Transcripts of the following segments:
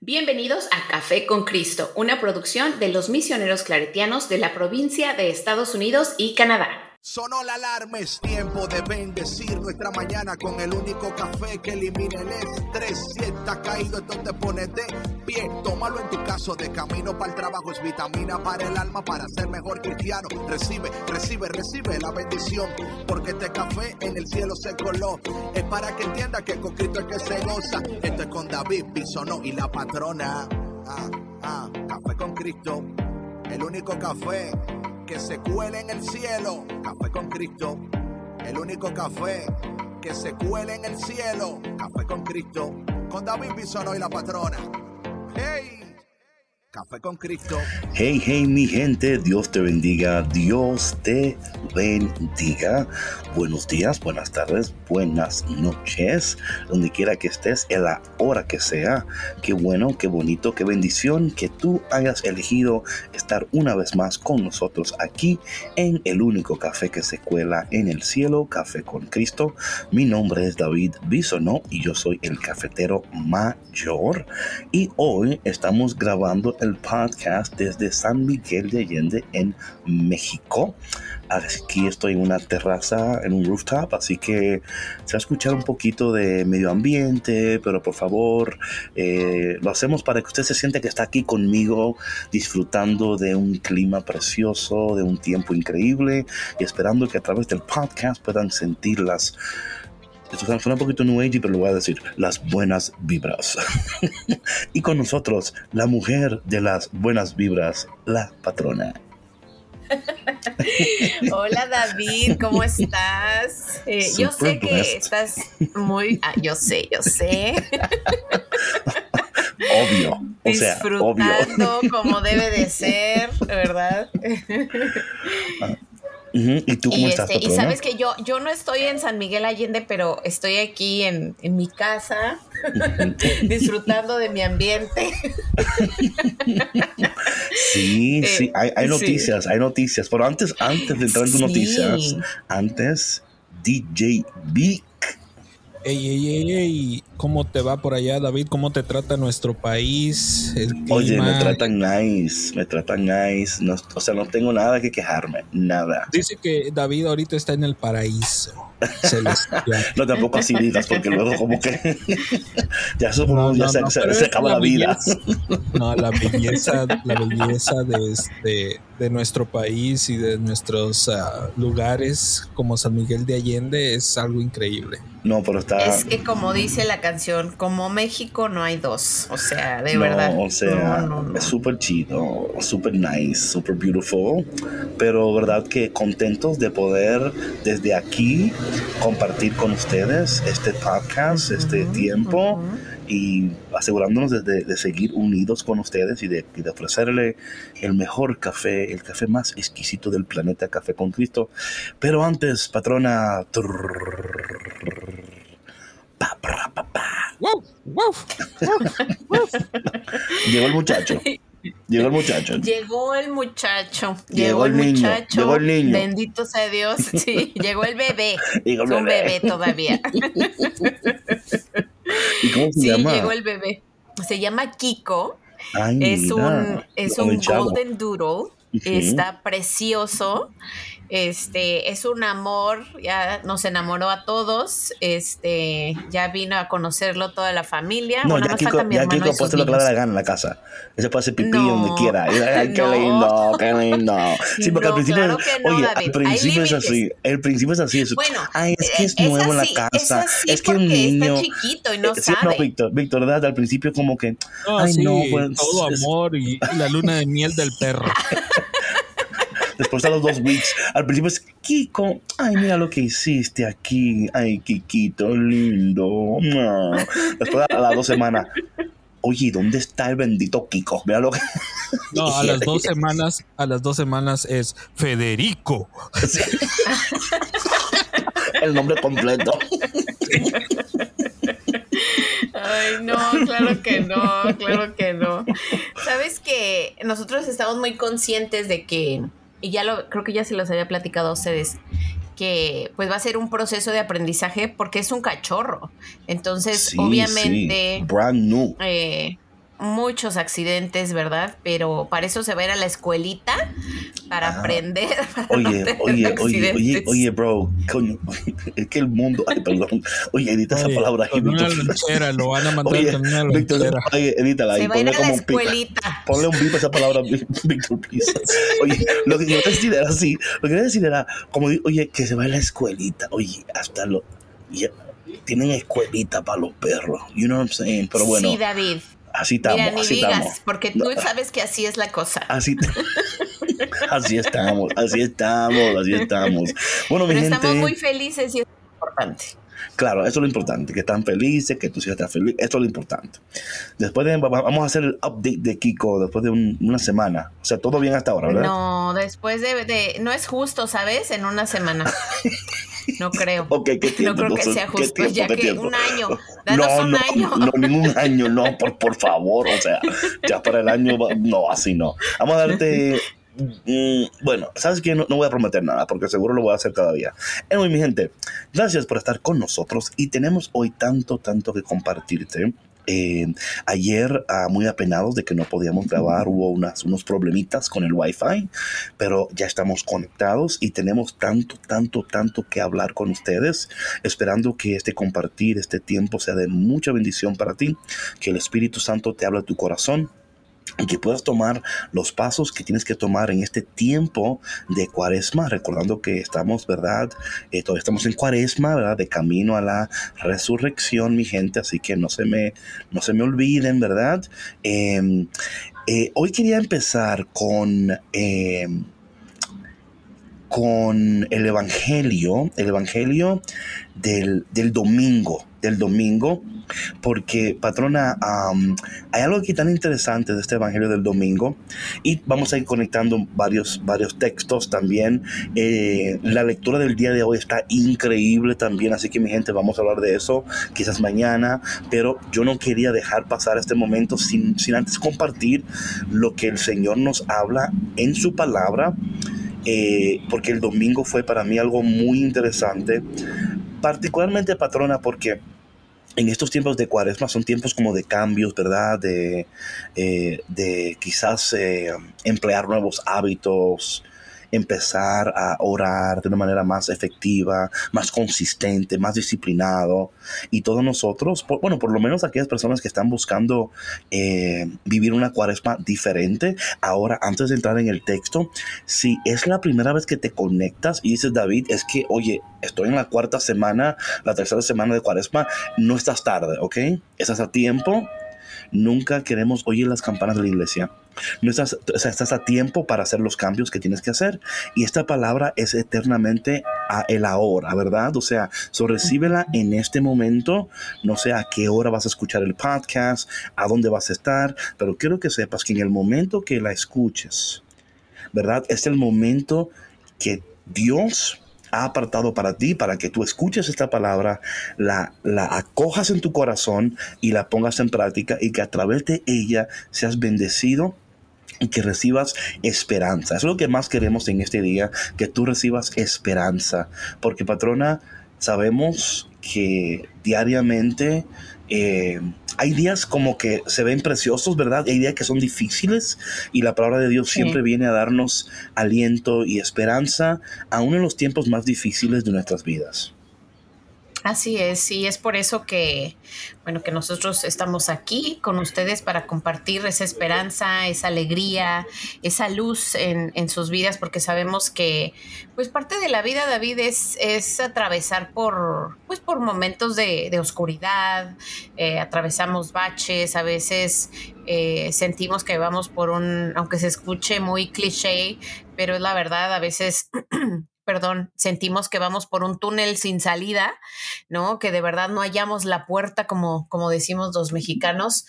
Bienvenidos a Café con Cristo, una producción de los misioneros claretianos de la provincia de Estados Unidos y Canadá. Sonó la alarma, es tiempo de bendecir nuestra mañana con el único café que elimina el estrés. Si estás caído, entonces ponete pie. Tómalo en tu caso, de camino para el trabajo. Es vitamina para el alma, para ser mejor cristiano. Recibe la bendición, porque este café en el cielo se coló. Es para que entiendas que con Cristo es que se goza. Esto es con David Bisonó y la patrona. Café con Cristo, el único café que se cuele en el cielo. Café con Cristo, el único café que se cuele en el cielo. Café con Cristo, con David Bisonó y la patrona. ¡Hey! Café con Cristo. Hey, mi gente, Dios te bendiga, Dios te bendiga. Buenos días, buenas tardes, buenas noches, donde quiera que estés, en la hora que sea. Qué bueno, qué bonito, qué bendición que tú hayas elegido estar una vez más con nosotros aquí en el único café que se cuela en el cielo, Café con Cristo. Mi nombre es David Bisonó y yo soy el cafetero mayor. Y hoy estamos grabando el podcast desde San Miguel de Allende en México. Aquí estoy en una terraza, en un rooftop, así que se va a escuchar un poquito de medio ambiente, pero por favor, lo hacemos para que usted se sienta que está aquí conmigo, disfrutando de un clima precioso, de un tiempo increíble, y esperando que a través del podcast puedan sentir esto suena un poquito New Age, pero lo voy a decir, las buenas vibras. Y con nosotros, la mujer de las buenas vibras, la patrona. Hola David, ¿cómo estás? Yo sé que estás muy... yo sé. Obvio, disfrutando obvio. Como debe de ser, ¿verdad? ¿Y tú cómo estás, patrona? Y sabes que yo no estoy en San Miguel Allende, pero estoy aquí en mi casa, disfrutando de mi ambiente. Sí, hay noticias, hay noticias. Pero antes de entrar en tus noticias, DJ Vic. Ey, ¿cómo te va por allá, David? ¿Cómo te trata nuestro país? El clima. Oye, me tratan nice. No, no tengo nada que quejarme, nada. Dice que David ahorita está en el paraíso celestial. No, tampoco así digas, porque luego como que ya se acaba la vida. La belleza de nuestro país y de nuestros lugares como San Miguel de Allende es algo increíble. No, pero es que como dice la canción, como México no hay dos, o sea, verdad. O sea, no. Es súper chido, súper nice, súper beautiful, pero verdad que contentos de poder desde aquí compartir con ustedes este podcast, este tiempo, y asegurándonos de seguir unidos con ustedes y de ofrecerle el mejor café, el café más exquisito del planeta, Café con Cristo. Pero antes, patrona... Llegó el muchacho. Llegó el niño. Bendito sea Dios. Sí, llegó el bebé. Un bebé todavía. ¿Y cómo se llama? Sí, llegó el bebé. Se llama Kiko. Ay, es mira, un Golden Doodle. Está precioso. Es un amor, ya nos enamoró a todos. Ya vino a conocerlo toda la familia. No, ya Kiko ha puesto lo que le da la gana en la casa. Ese puede hacer pipí donde quiera. Ay, qué lindo. Sí, porque al principio, claro que no, David. Al principio es así. El principio es así. Bueno, es que es nuevo en la casa. Es que un niño está chiquito y no sí, sabe. No, Víctor, ¿verdad? Al principio como que pues, todo amor y la luna de miel del perro. Después a los 2 weeks, al principio es Kiko, ay, mira lo que hiciste aquí, ay, Kikito, lindo. No. Después a las 2 semanas, oye, ¿dónde está el bendito Kiko? Mira lo que... No, a las 2 semanas es Federico. Sí. El nombre completo. Ay, no, claro que no. Sabes que nosotros estamos muy conscientes de que, y creo que ya se los había platicado a ustedes, que pues va a ser un proceso de aprendizaje porque es un cachorro. Entonces, obviamente... Sí. Brand new. muchos accidentes, ¿verdad? Pero para eso se va a ir a la escuelita para aprender, para no tener accidentes. Oye, bro, coño, es que el mundo, ay, perdón, oye, edita esa palabra ahí, con una Víctor. lonchera, lo van a mandar Oye, con una Víctor, lonchera. edítala ahí, Se va a ir ponle a la como un pip. escuelita. Ponle un bip a esa palabra, Víctor, please. Oye, lo que quería decir era así, lo que quería decir era, como, oye, que se va a la escuelita, oye, hasta lo, ya, tienen escuelita para los perros, you know what I'm saying, pero bueno. Sí, David. Así estamos, Mira, ni así digas, estamos. porque tú sabes que así es la cosa. Así estamos. Bueno, pero mi gente, estamos muy felices y es importante. Claro, eso es lo importante, que están felices, que tus hijos están felices, eso es lo importante. Vamos a hacer el update de Kiko después de una semana. O sea, todo bien hasta ahora, ¿verdad? No, después no es justo, ¿sabes? En una semana. No creo. Okay, ¿qué tiempo? No creo que sea justo, tiempo, ya que tiempo? un año. Danos un año. No, ningún año, no, por favor. O sea, ya para el año, no, así no. Vamos a darte... bueno, ¿sabes qué? No voy a prometer nada porque seguro lo voy a hacer cada día. Anyway, mi gente, gracias por estar con nosotros y tenemos hoy tanto que compartirte. Ayer, muy apenados de que no podíamos grabar, hubo unos problemitas con el Wi-Fi, pero ya estamos conectados y tenemos tanto que hablar con ustedes, esperando que este compartir, este tiempo sea de mucha bendición para ti, que el Espíritu Santo te hable a tu corazón y que puedas tomar los pasos que tienes que tomar en este tiempo de Cuaresma, recordando que estamos, ¿verdad? Todavía estamos en Cuaresma, ¿verdad? De camino a la resurrección, mi gente, así que no se me olviden, ¿verdad? Hoy quería empezar con el evangelio del domingo, porque, patrona, hay algo aquí tan interesante de este evangelio del domingo y vamos a ir conectando varios textos también. La lectura del día de hoy está increíble también, así que mi gente, vamos a hablar de eso quizás mañana, pero yo no quería dejar pasar este momento sin antes compartir lo que el Señor nos habla en su palabra. Porque el domingo fue para mí algo muy interesante, particularmente, patrona, porque en estos tiempos de Cuaresma son tiempos como de cambios, ¿verdad? De quizás emplear nuevos hábitos, empezar a orar de una manera más efectiva, más consistente, más disciplinado. Y todos nosotros, por lo menos aquellas personas que están buscando vivir una Cuaresma diferente. Ahora, antes de entrar en el texto, si es la primera vez que te conectas y dices, David, es que, oye, estoy en la cuarta semana, la tercera semana de Cuaresma, no estás tarde, ¿ok? Estás a tiempo. Nunca queremos oír las campanas de la iglesia. No estás a tiempo para hacer los cambios que tienes que hacer. Y esta palabra es eternamente el ahora, ¿verdad? O sea, recíbela en este momento. No sé a qué hora vas a escuchar el podcast, a dónde vas a estar, pero quiero que sepas que en el momento que la escuches, ¿verdad? Es el momento que Dios ha apartado para ti, para que tú escuches esta palabra, la acojas en tu corazón y la pongas en práctica, y que a través de ella seas bendecido y que recibas esperanza. Eso es lo que más queremos en este día, que tú recibas esperanza, porque, patrona, sabemos que diariamente hay días como que se ven preciosos, ¿verdad? Hay días que son difíciles y la palabra de Dios siempre viene a darnos aliento y esperanza, aún en los tiempos más difíciles de nuestras vidas. Así es, y es por eso que nosotros estamos aquí con ustedes para compartir esa esperanza, esa alegría, esa luz en sus vidas, porque sabemos que, pues, parte de la vida, David, es atravesar por momentos de oscuridad, atravesamos baches, a veces sentimos que vamos por aunque se escuche muy cliché, pero es la verdad, a veces... sentimos que vamos por un túnel sin salida, ¿no? Que de verdad no hallamos la puerta, como decimos los mexicanos.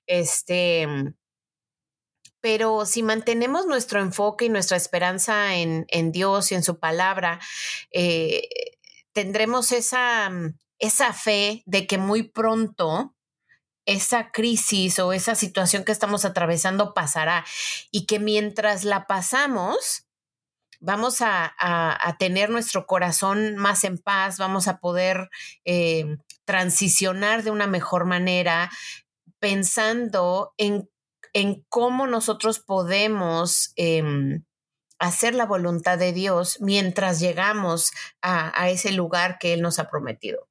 Pero si mantenemos nuestro enfoque y nuestra esperanza en Dios y en su palabra, tendremos esa fe de que muy pronto esa crisis o esa situación que estamos atravesando pasará, y que mientras la pasamos, vamos a tener nuestro corazón más en paz, vamos a poder transicionar de una mejor manera, pensando en en cómo nosotros podemos hacer la voluntad de Dios mientras llegamos a ese lugar que Él nos ha prometido.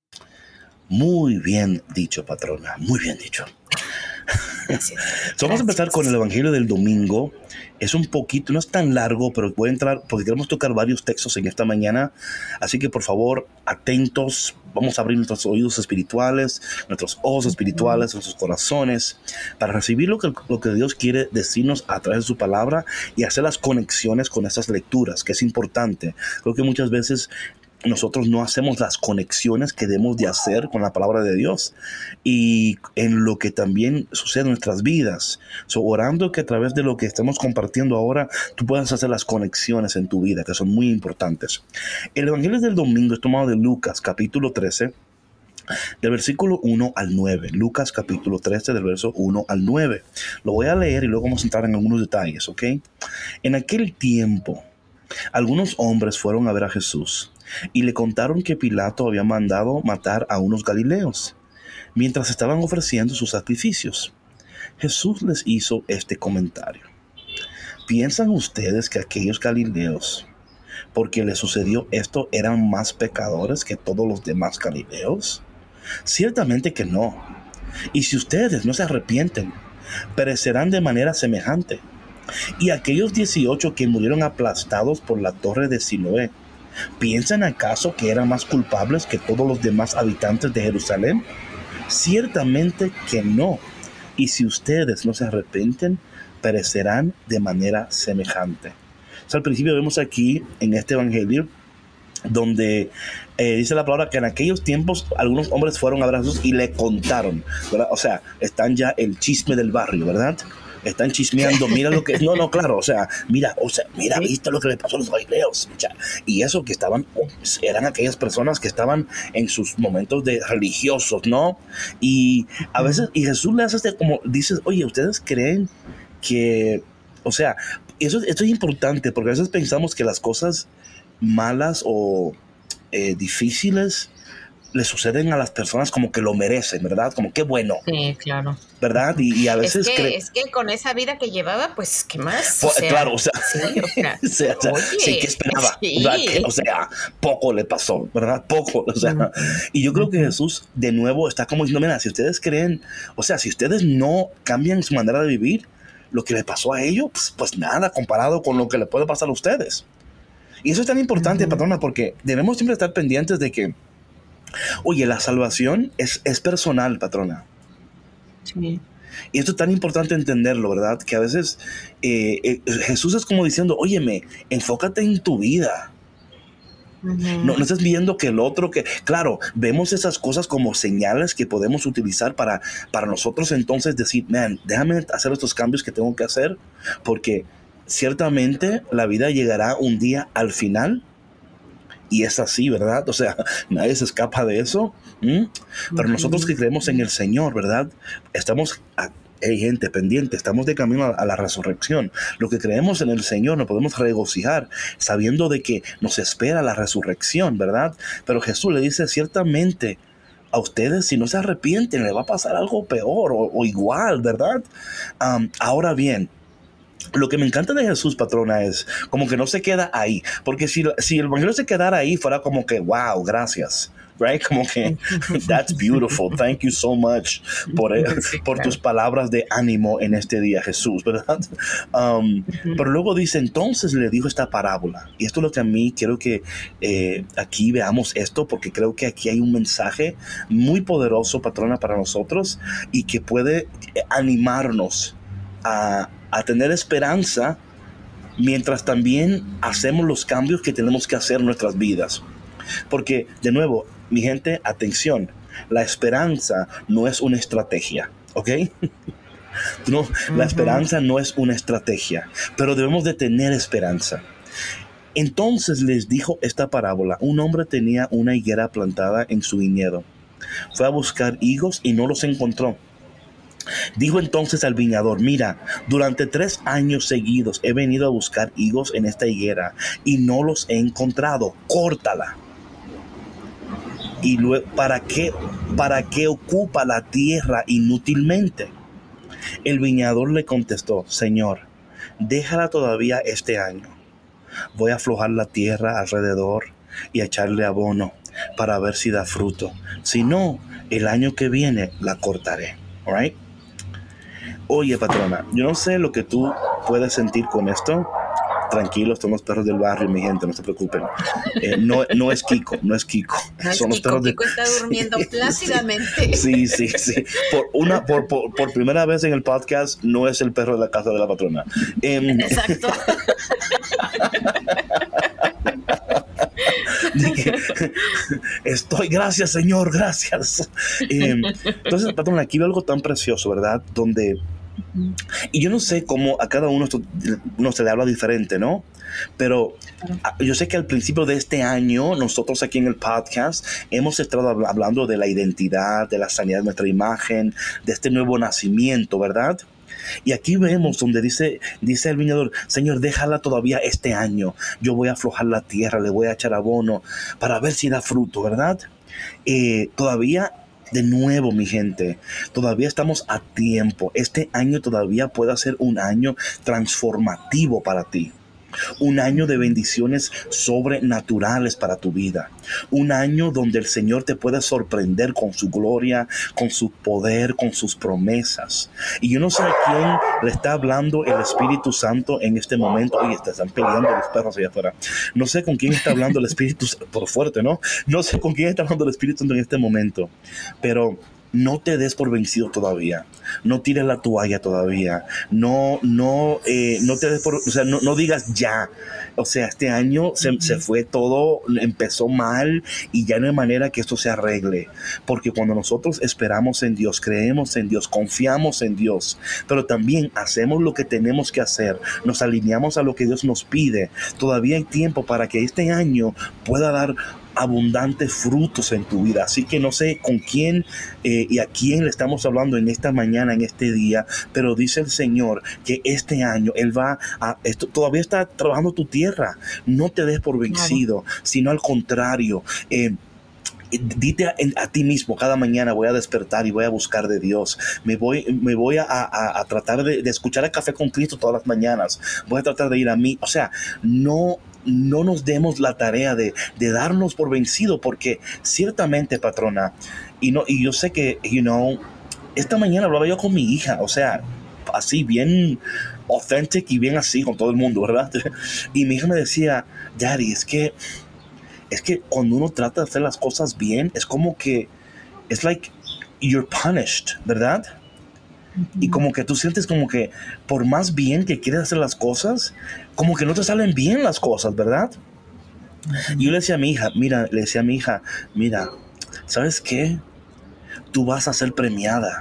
Muy bien dicho, patrona, muy bien dicho. Gracias. Vamos a empezar con el Evangelio del domingo. Es un poquito, no es tan largo, pero puede entrar, porque queremos tocar varios textos en esta mañana. Así que por favor, atentos. Vamos a abrir nuestros oídos espirituales, nuestros ojos espirituales, nuestros corazones, para recibir lo que Dios quiere decirnos a través de su palabra y hacer las conexiones con esas lecturas, que es importante. Creo que muchas veces nosotros no hacemos las conexiones que debemos de hacer con la palabra de Dios y en lo que también sucede en nuestras vidas. Orando que a través de lo que estamos compartiendo ahora, tú puedas hacer las conexiones en tu vida, que son muy importantes. El Evangelio del domingo es tomado de Lucas, capítulo 13, del versículo 1 al 9. Lucas, capítulo 13, del verso 1 al 9. Lo voy a leer y luego vamos a entrar en algunos detalles, ¿ok? En aquel tiempo, algunos hombres fueron a ver a Jesús y le contaron que Pilato había mandado matar a unos galileos mientras estaban ofreciendo sus sacrificios. Jesús les hizo este comentario: ¿piensan ustedes que aquellos galileos, porque les sucedió esto, eran más pecadores que todos los demás galileos? Ciertamente que no. Y si ustedes no se arrepienten, perecerán de manera semejante. Y aquellos 18 que murieron aplastados por la torre de Siloé, ¿piensan acaso que eran más culpables que todos los demás habitantes de Jerusalén? Ciertamente que no. Y si ustedes no se arrepienten, perecerán de manera semejante. Al principio vemos aquí en este evangelio donde dice la palabra que en aquellos tiempos algunos hombres fueron a ver a Jesús y le contaron, ¿verdad? O sea, están ya el chisme del barrio, ¿verdad? Están chismeando, mira lo que... No, claro, mira, ¿viste lo que le pasó a los galileos? Y eso que eran aquellas personas que estaban en sus momentos de religiosos, ¿no? Y a veces, y Jesús le hace como, dices, oye, ¿ustedes creen que... esto es importante, porque a veces pensamos que las cosas malas o difíciles le suceden a las personas como que lo merecen, ¿verdad? Como qué bueno. Sí, claro. ¿Verdad? Y a veces... Es que con esa vida que llevaba, pues, ¿qué más? Claro, sí, sí, ¿qué esperaba? Sí. Poco le pasó, ¿verdad? Poco, Y yo creo que Jesús, de nuevo, está como diciendo, mira, si ustedes creen, si ustedes no cambian su manera de vivir, lo que le pasó a ellos, pues nada, comparado con lo que le puede pasar a ustedes. Y eso es tan importante, patrona, porque debemos siempre estar pendientes de que, oye, la salvación es personal, patrona. Sí. Y esto es tan importante entenderlo, ¿verdad? Que a veces Jesús es como diciendo, óyeme, enfócate en tu vida. No estás viendo que el otro, que claro, vemos esas cosas como señales que podemos utilizar para nosotros entonces decir, man, déjame hacer estos cambios que tengo que hacer, porque ciertamente la vida llegará un día al final. Y es así, ¿verdad? Nadie se escapa de eso. Pero nosotros que creemos en el Señor, ¿verdad? Estamos, gente pendiente, estamos de camino a la resurrección. Lo que creemos en el Señor nos podemos regocijar sabiendo de que nos espera la resurrección, ¿verdad? Pero Jesús le dice, ciertamente a ustedes, si no se arrepienten, le va a pasar algo peor o igual, ¿verdad? Ahora bien, lo que me encanta de Jesús, patrona, es como que no se queda ahí. Porque si el evangelio se quedara ahí, fuera como que, wow, gracias. Right? Como que, that's beautiful. Thank you so much por tus palabras de ánimo en este día, Jesús, ¿verdad? Pero luego dice, entonces le dijo esta parábola. Y esto es lo que a mí quiero que aquí veamos esto, porque creo que aquí hay un mensaje muy poderoso, patrona, para nosotros y que puede animarnos a tener esperanza mientras también hacemos los cambios que tenemos que hacer en nuestras vidas. Porque, de nuevo, mi gente, atención, la esperanza no es una estrategia, ¿ok? No, la esperanza no es una estrategia, pero debemos de tener esperanza. Entonces les dijo esta parábola: un hombre tenía una higuera plantada en su viñedo. Fue a buscar higos y no los encontró. Dijo entonces al viñador: mira, durante 3 años seguidos he venido a buscar higos en esta higuera y no los he encontrado. Córtala. Y luego, ¿para qué ocupa la tierra inútilmente? El viñador le contestó: Señor, déjala todavía este año. Voy a aflojar la tierra alrededor y echarle abono para ver si da fruto. Si no, el año que viene la cortaré. All right? Oye, patrona, yo no sé lo que tú puedes sentir con esto. Tranquilos, son los perros del barrio, mi gente, no se preocupen. No es Kiko, no es Kiko. No es Son los Kiko, perros de... Kiko está durmiendo plácidamente. Sí. Por primera vez en el podcast, no es el perro de la casa de la patrona. Exacto. Gracias, Señor, gracias. Entonces, patrona, aquí veo algo tan precioso, ¿verdad? Y yo no sé cómo a cada uno se le habla diferente, ¿no? Pero yo sé que al principio de este año, nosotros aquí en el podcast hemos estado hablando de la identidad, de la sanidad de nuestra imagen, de este nuevo nacimiento, ¿verdad? Y aquí vemos donde dice el viñador: Señor, déjala todavía este año. Yo voy a aflojar la tierra, le voy a echar abono para ver si da fruto, ¿verdad? Todavía, de nuevo, mi gente, todavía estamos a tiempo. Este año todavía puede ser un año transformativo para ti. Un año de bendiciones sobrenaturales para tu vida. Un año donde el Señor te puede sorprender con su gloria, con su poder, con sus promesas. Y yo no sé a quién le está hablando el Espíritu Santo en este momento. Oye, están peleando los perros allá afuera. No sé con quién está hablando el Espíritu Santo, por fuerte, ¿no? No sé con quién está hablando el Espíritu Santo en este momento. Pero no te des por vencido todavía. No tires la toalla todavía. No te des por, o sea, no digas ya. O sea, este año se fue todo, empezó mal y ya no hay manera que esto se arregle. Porque cuando nosotros esperamos en Dios, creemos en Dios, confiamos en Dios, pero también hacemos lo que tenemos que hacer, nos alineamos a lo que Dios nos pide, todavía hay tiempo para que este año pueda dar abundantes frutos en tu vida. Así que no sé con quién y a quién le estamos hablando en esta mañana, en este día, pero dice el Señor que este año Él todavía está trabajando tu tierra. No te des por vencido, sino al contrario. Dite a ti mismo cada mañana: voy a despertar y voy a buscar de Dios. Me voy a tratar de escuchar el Café con Cristo todas las mañanas. Voy a tratar de ir a mí. O sea, no nos demos la tarea de darnos por vencido, porque ciertamente, patrona, y yo sé que, esta mañana hablaba yo con mi hija, o sea, así bien authentic y bien así con todo el mundo, ¿verdad? Y mi hija me decía: Daddy, es que cuando uno trata de hacer las cosas bien, es como que it's like you're punished, ¿verdad? Y como que tú sientes como que por más bien que quieres hacer las cosas, como que no te salen bien las cosas, ¿verdad? Y yo le decía a mi hija, mira, ¿sabes qué? Tú vas a ser premiada.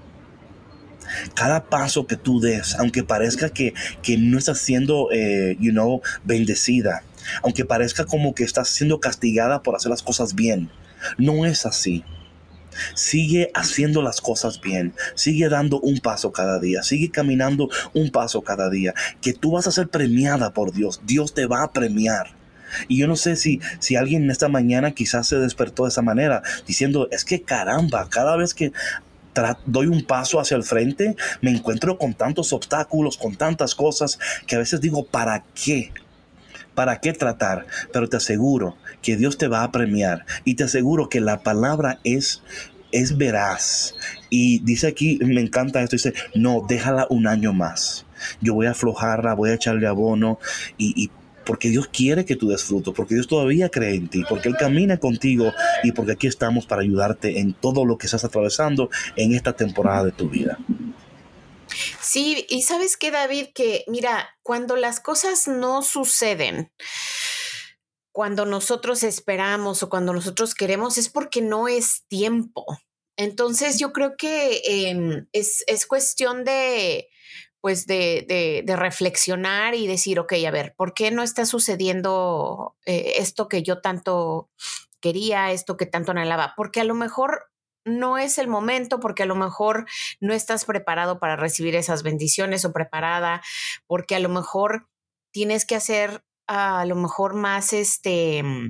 Cada paso que tú des, aunque parezca que no estás siendo, bendecida, aunque parezca como que estás siendo castigada por hacer las cosas bien, no es así. Sigue haciendo las cosas bien, sigue dando un paso cada día, sigue caminando un paso cada día, que tú vas a ser premiada por Dios. Dios te va a premiar. Y yo no sé si alguien esta mañana quizás se despertó de esa manera, diciendo: es que caramba, cada vez que doy un paso hacia el frente, me encuentro con tantos obstáculos, con tantas cosas, que a veces digo: ¿para qué? ¿Para qué tratar? Pero te aseguro que Dios te va a premiar, y te aseguro que la palabra es veraz. Y dice aquí, me encanta esto, dice: no, déjala un año más. Yo voy a aflojarla, voy a echarle abono, y porque Dios quiere que tú des fruto, porque Dios todavía cree en ti, porque Él camina contigo, y porque aquí estamos para ayudarte en todo lo que estás atravesando en esta temporada de tu vida. Sí, y ¿sabes qué, David? Que mira, cuando las cosas no suceden, cuando nosotros esperamos o cuando nosotros queremos, es porque no es tiempo. Entonces yo creo que es cuestión de, pues de reflexionar y decir: ok, a ver, ¿por qué no está sucediendo esto que yo tanto quería, esto que tanto anhelaba? Porque a lo mejor no es el momento, porque a lo mejor no estás preparado para recibir esas bendiciones o preparada, porque a lo mejor tienes que hacer a lo mejor más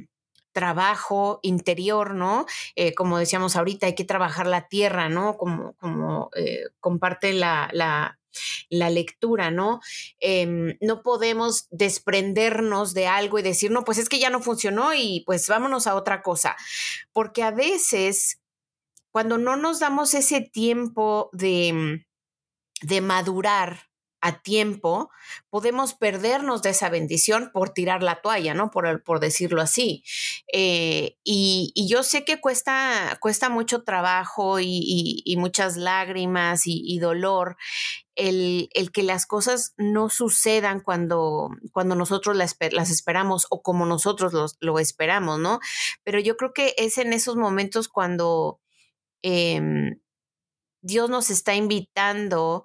trabajo interior, ¿no? Como decíamos ahorita, hay que trabajar la tierra, ¿no? Como comparte la lectura, ¿no? No podemos desprendernos de algo y decir, no, pues es que ya no funcionó y pues vámonos a otra cosa. Porque a veces, cuando no nos damos ese tiempo de madurar a tiempo, podemos perdernos de esa bendición por tirar la toalla, ¿no? Por decirlo así. Y yo sé que cuesta mucho trabajo y muchas lágrimas y dolor el que las cosas no sucedan cuando nosotros las esperamos o como nosotros lo esperamos, ¿no? Pero yo creo que es en esos momentos cuando Dios nos está invitando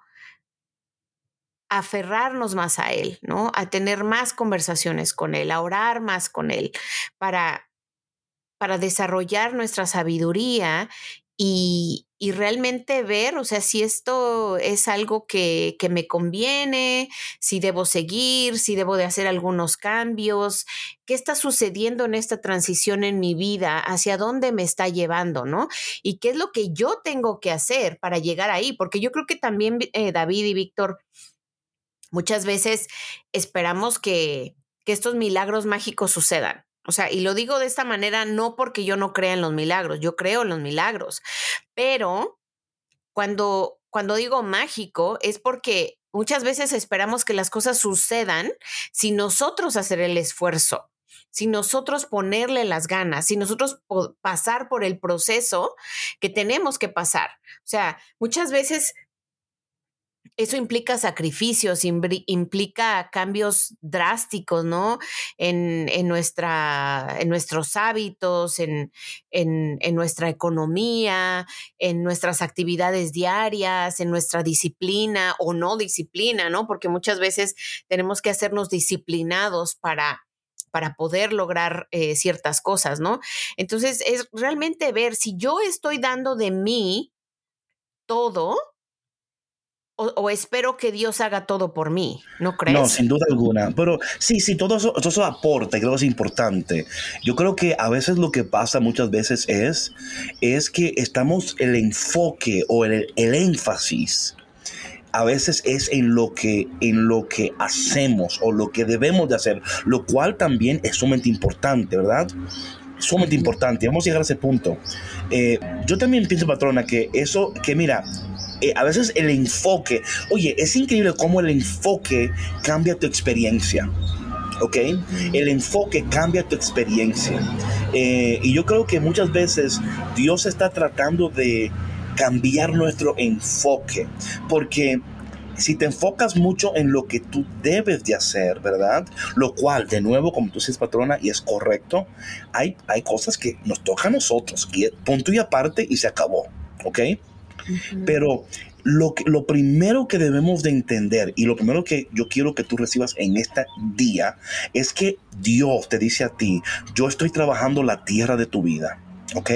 a aferrarnos más a Él, ¿no? A tener más conversaciones con Él, a orar más con Él, para desarrollar nuestra sabiduría y realmente ver, o sea, si esto es algo que me conviene, si debo seguir, si debo de hacer algunos cambios, qué está sucediendo en esta transición en mi vida, hacia dónde me está llevando, ¿no? Y qué es lo que yo tengo que hacer para llegar ahí, porque yo creo que también David y Víctor, muchas veces esperamos que estos milagros mágicos sucedan. O sea, y lo digo de esta manera no porque yo no crea en los milagros, yo creo en los milagros, pero cuando digo mágico es porque muchas veces esperamos que las cosas sucedan sin nosotros hacer el esfuerzo, sin nosotros ponerle las ganas, sin nosotros pasar por el proceso que tenemos que pasar. O sea, muchas veces eso implica sacrificios, implica cambios drásticos, ¿no? En nuestros hábitos, en nuestra economía, en nuestras actividades diarias, en nuestra disciplina o no disciplina, ¿no? Porque muchas veces tenemos que hacernos disciplinados para poder lograr ciertas cosas, ¿no? Entonces, es realmente ver si yo estoy dando de mí todo, o espero que Dios haga todo por mí, ¿no crees? No, sin duda alguna. Pero sí, todo eso aporta, creo que es importante. Yo creo que a veces lo que pasa muchas veces es que estamos el enfoque o el énfasis a veces es en lo que hacemos o lo que debemos de hacer, lo cual también es sumamente importante, ¿verdad? Sumamente importante. Vamos a llegar a ese punto. Yo también pienso, patrona, que mira, a veces el enfoque, oye, es increíble cómo el enfoque cambia tu experiencia. ¿Ok? El enfoque cambia tu experiencia. Y yo creo que muchas veces Dios está tratando de cambiar nuestro enfoque, porque si te enfocas mucho en lo que tú debes de hacer, ¿verdad? Lo cual, de nuevo, como tú dices, patrona, y es correcto, hay cosas que nos tocan a nosotros, y punto y aparte, y se acabó, ¿ok? Uh-huh. Pero lo primero que debemos de entender, y lo primero que yo quiero que tú recibas en este día, es que Dios te dice a ti, yo estoy trabajando la tierra de tu vida, ¿ok?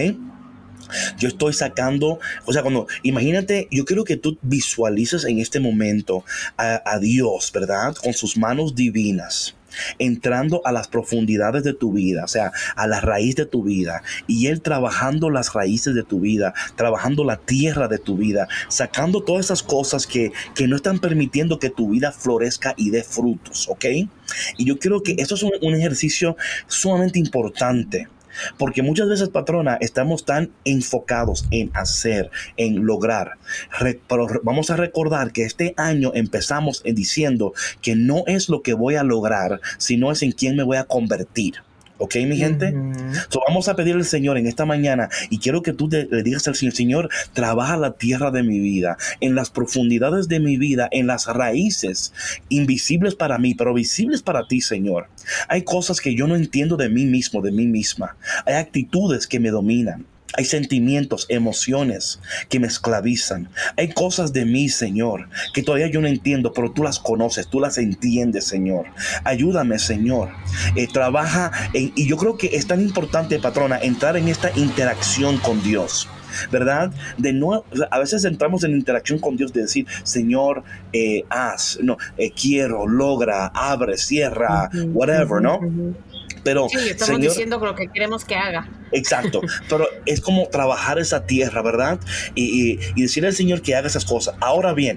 Yo estoy sacando, o sea, imagínate, yo quiero que tú visualices en este momento a Dios, ¿verdad? Con sus manos divinas, entrando a las profundidades de tu vida, o sea, a la raíz de tu vida, y Él trabajando las raíces de tu vida, trabajando la tierra de tu vida, sacando todas esas cosas que no están permitiendo que tu vida florezca y dé frutos, ¿ok? Y yo creo que esto es un ejercicio sumamente importante. Porque muchas veces, patrona, estamos tan enfocados en hacer, en lograr. Pero vamos a recordar que este año empezamos diciendo que no es lo que voy a lograr, sino es en quién me voy a convertir. ¿Ok, mi gente? Uh-huh. So, vamos a pedirle al Señor en esta mañana, y quiero que tú le digas al Señor, Señor, trabaja la tierra de mi vida, en las profundidades de mi vida, en las raíces invisibles para mí, pero visibles para ti, Señor. Hay cosas que yo no entiendo de mí mismo, de mí misma. Hay actitudes que me dominan. Hay sentimientos, emociones que me esclavizan. Hay cosas de mí, Señor, que todavía yo no entiendo, pero tú las conoces, tú las entiendes, Señor. Ayúdame, Señor. Trabaja y yo creo que es tan importante, patrona, entrar en esta interacción con Dios, ¿verdad? A veces entramos en interacción con Dios de decir, Señor, quiero, logra, abre, cierra, whatever, ¿no? Pero, Sí, estamos Señor, diciendo lo que queremos que haga. exacto, pero es como trabajar esa tierra, ¿verdad? Y decirle al Señor que haga esas cosas. Ahora bien,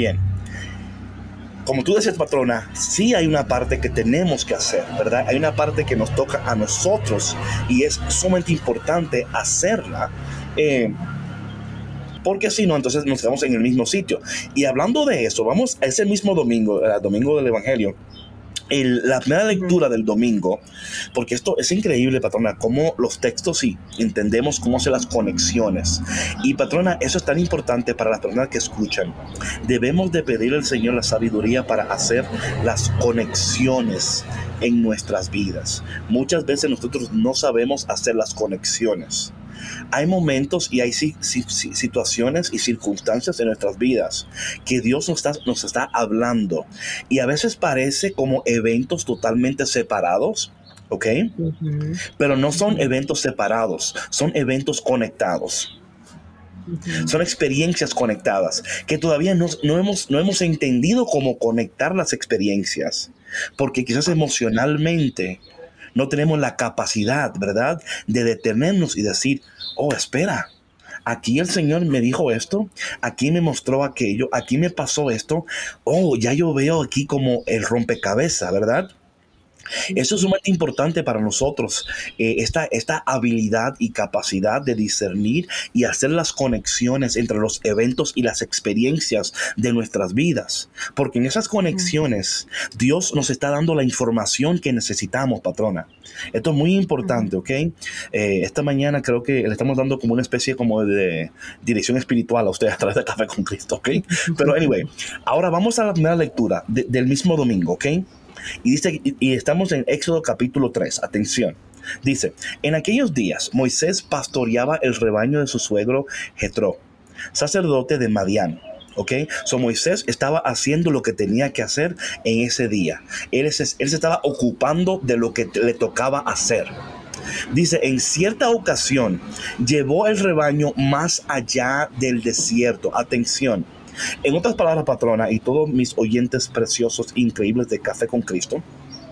como tú decías, patrona, sí hay una parte que tenemos que hacer, ¿verdad? Hay una parte que nos toca a nosotros y es sumamente importante hacerla, porque si no, entonces nos quedamos en el mismo sitio. Y hablando de eso, vamos a ese mismo domingo, el domingo del Evangelio, la primera lectura del domingo, porque esto es increíble, patrona, cómo los textos y entendemos cómo hacer las conexiones. Y patrona, eso es tan importante para las personas que escuchan. Debemos de pedir al Señor la sabiduría para hacer las conexiones en nuestras vidas. Muchas veces nosotros no sabemos hacer las conexiones. Hay momentos y hay situaciones y circunstancias en nuestras vidas que Dios nos está hablando, y a veces parece como eventos totalmente separados, ¿ok? Uh-huh. Pero no son eventos separados, son eventos conectados. Uh-huh. Son experiencias conectadas que todavía no hemos entendido cómo conectar las experiencias, porque quizás emocionalmente no tenemos la capacidad, ¿verdad?, de detenernos y decir, oh, espera, aquí el Señor me dijo esto, aquí me mostró aquello, aquí me pasó esto, oh, ya yo veo aquí como el rompecabezas, ¿verdad? Eso es sumamente importante para nosotros, esta habilidad y capacidad de discernir y hacer las conexiones entre los eventos y las experiencias de nuestras vidas, porque en esas conexiones Dios nos está dando la información que necesitamos, patrona. Esto es muy importante, ¿ok? Esta mañana creo que le estamos dando como una especie como de dirección espiritual a ustedes a través de Café con Cristo, ¿ok? Pero anyway, ahora vamos a la primera lectura del mismo domingo, ¿ok? Y dice, y estamos en Éxodo capítulo 3, atención. Dice, en aquellos días Moisés pastoreaba el rebaño de su suegro Jetro, sacerdote de Madián. ¿Ok? So Moisés estaba haciendo lo que tenía que hacer en ese día. Él se estaba ocupando de lo que le tocaba hacer. Dice, en cierta ocasión llevó el rebaño más allá del desierto. Atención. En otras palabras, patrona, y todos mis oyentes preciosos, increíbles de Café con Cristo,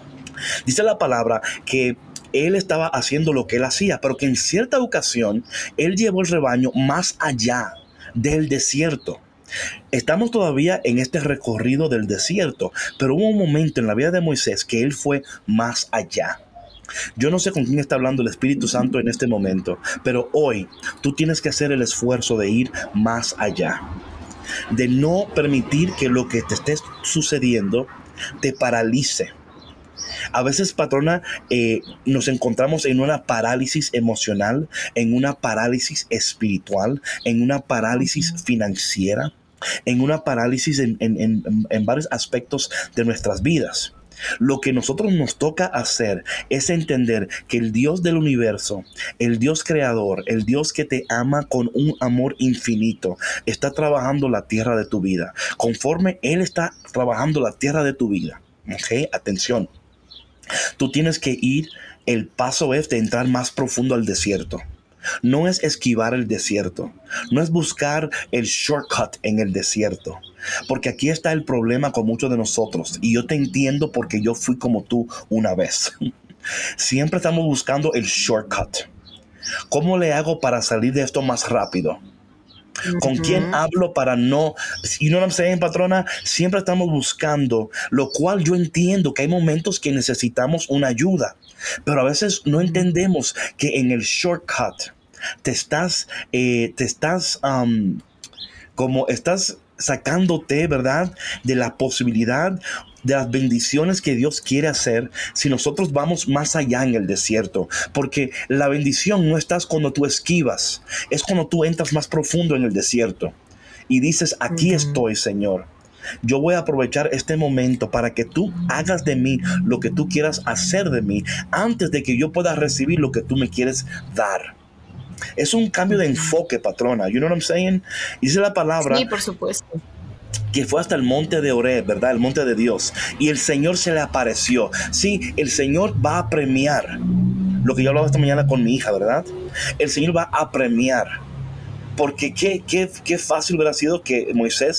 dice la palabra que él estaba haciendo lo que él hacía, pero que en cierta ocasión él llevó el rebaño más allá del desierto. Estamos todavía en este recorrido del desierto, pero hubo un momento en la vida de Moisés que él fue más allá. Yo no sé con quién está hablando el Espíritu Santo en este momento, pero hoy tú tienes que hacer el esfuerzo de ir más allá, de no permitir que lo que te esté sucediendo te paralice. A veces, patrona, nos encontramos en una parálisis emocional, en una parálisis espiritual, en una parálisis financiera, en una parálisis en varios aspectos de nuestras vidas. Lo que nosotros nos toca hacer es entender que el Dios del universo, el Dios creador, el Dios que te ama con un amor infinito, está trabajando la tierra de tu vida. Conforme Él está trabajando la tierra de tu vida, ¿ok? Atención. Tú tienes que ir, el paso es de entrar más profundo al desierto. No es esquivar el desierto, no es buscar el shortcut en el desierto, porque aquí está el problema con muchos de nosotros, y yo te entiendo porque yo fui como tú una vez. Siempre estamos buscando el shortcut. ¿Cómo le hago para salir de esto más rápido? ¿Con quién hablo para no? You know what I'm saying, patrona? Siempre estamos buscando, lo cual yo entiendo que hay momentos que necesitamos una ayuda, pero a veces no entendemos que en el shortcut te estás sacándote, ¿verdad?, de la posibilidad de las bendiciones que Dios quiere hacer si nosotros vamos más allá en el desierto, porque la bendición no estás cuando tú esquivas, es cuando tú entras más profundo en el desierto y dices, aquí estoy, Señor. Yo voy a aprovechar este momento para que tú hagas de mí lo que tú quieras hacer de mí antes de que yo pueda recibir lo que tú me quieres dar. Es un cambio de enfoque, patrona. You know what I'm saying? Dice la palabra. Sí, por supuesto. Que fue hasta el monte de Oreb, ¿verdad? El monte de Dios. Y el Señor se le apareció. Sí, el Señor va a premiar. Lo que yo hablaba esta mañana con mi hija, ¿verdad? El Señor va a premiar. Porque qué fácil hubiera sido que Moisés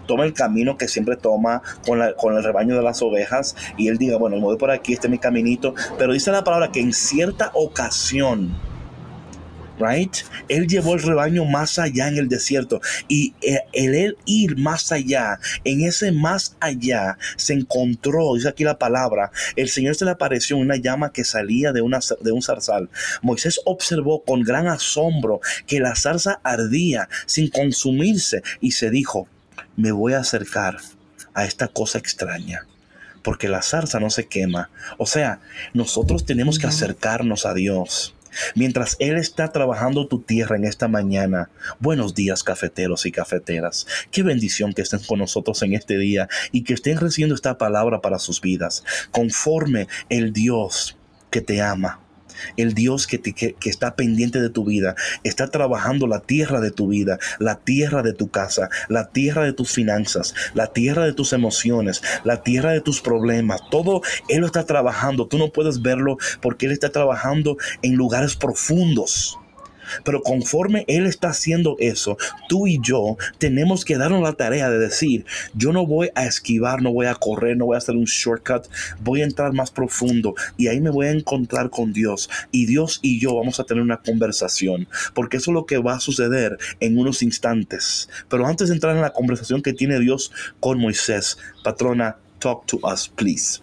tome el camino que siempre toma con el rebaño de las ovejas, y él diga, bueno, me voy por aquí, este es mi caminito. Pero dice la palabra que en cierta ocasión, right, él llevó el rebaño más allá en el desierto, y el ir más allá, en ese más allá se encontró, dice aquí la palabra, el Señor se le apareció en una llama que salía de un zarzal. Moisés observó con gran asombro que la zarza ardía sin consumirse, y se dijo, me voy a acercar a esta cosa extraña, porque la zarza no se quema. O sea, nosotros tenemos que acercarnos a Dios mientras Él está trabajando tu tierra en esta mañana. Buenos días, cafeteros y cafeteras. Qué bendición que estén con nosotros en este día y que estén recibiendo esta palabra para sus vidas, conforme el Dios que te ama, el Dios que está pendiente de tu vida, está trabajando la tierra de tu vida, la tierra de tu casa, la tierra de tus finanzas, la tierra de tus emociones, la tierra de tus problemas. Todo Él lo está trabajando. Tú no puedes verlo porque Él está trabajando en lugares profundos. Pero conforme Él está haciendo eso, tú y yo tenemos que darnos la tarea de decir, yo no voy a esquivar, no voy a correr, no voy a hacer un shortcut, voy a entrar más profundo y ahí me voy a encontrar con Dios, y Dios y yo vamos a tener una conversación, porque eso es lo que va a suceder en unos instantes. Pero antes de entrar en la conversación que tiene Dios con Moisés, patrona, talk to us, please.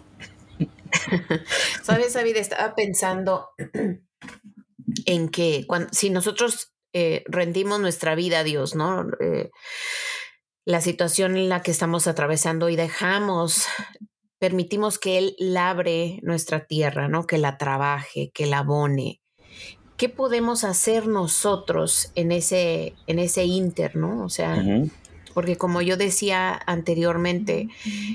¿Sabes, David? Estaba pensando en que si nosotros rendimos nuestra vida a Dios, ¿no? La situación en la que estamos atravesando y permitimos que Él labre nuestra tierra, ¿no? Que la trabaje, que la abone. ¿Qué podemos hacer nosotros en ese inter, ¿no? O sea, porque como yo decía anteriormente,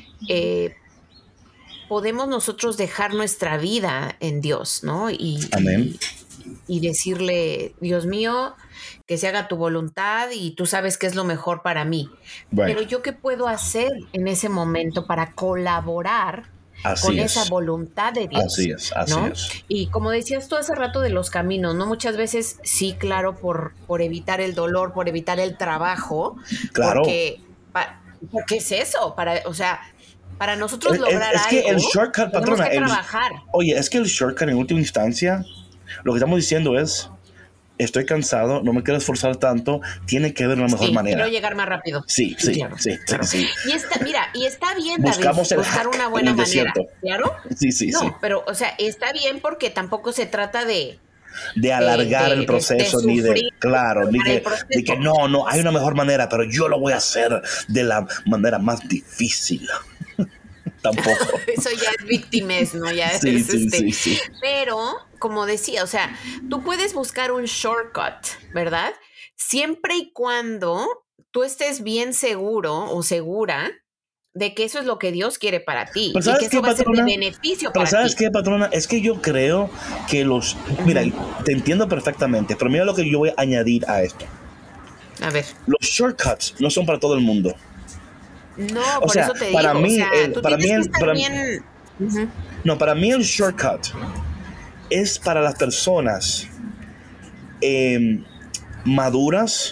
podemos nosotros dejar nuestra vida en Dios, ¿no? Amén. Y decirle, Dios mío, que se haga tu voluntad y tú sabes qué es lo mejor para mí. Right. Pero yo qué puedo hacer en ese momento para colaborar con esa voluntad de Dios. Así es. Y como decías tú hace rato de los caminos, ¿no? Muchas veces sí, claro, por evitar el dolor, por evitar el trabajo. Claro. Porque es eso, para nosotros lograr es que algo, el shortcut, tenemos patrona, que trabajar. Oye, es que el shortcut en última instancia, lo que estamos diciendo es, estoy cansado, no me quiero esforzar tanto, tiene que ver una mejor manera. Quiero llegar más rápido. Sí. Y está bien, buscamos David, buscar una buena manera. ¿Claro? Sí. Pero, está bien porque tampoco se trata de alargar el proceso, ni de que no, hay una mejor manera, pero yo lo voy a hacer de la manera más difícil. Tampoco. Eso ya es víctimas, ¿no? Ya es sí. Pero, como decía, tú puedes buscar un shortcut, ¿verdad? Siempre y cuando tú estés bien seguro o segura de que eso es lo que Dios quiere para ti y que eso va a ser de beneficio para ti. Pero ¿sabes qué, patrona? Es que yo creo que mira, te entiendo perfectamente, pero mira lo que yo voy a añadir a esto. A ver. Los shortcuts no son para todo el mundo. No, por eso te digo. Para mí el shortcut es para las personas maduras.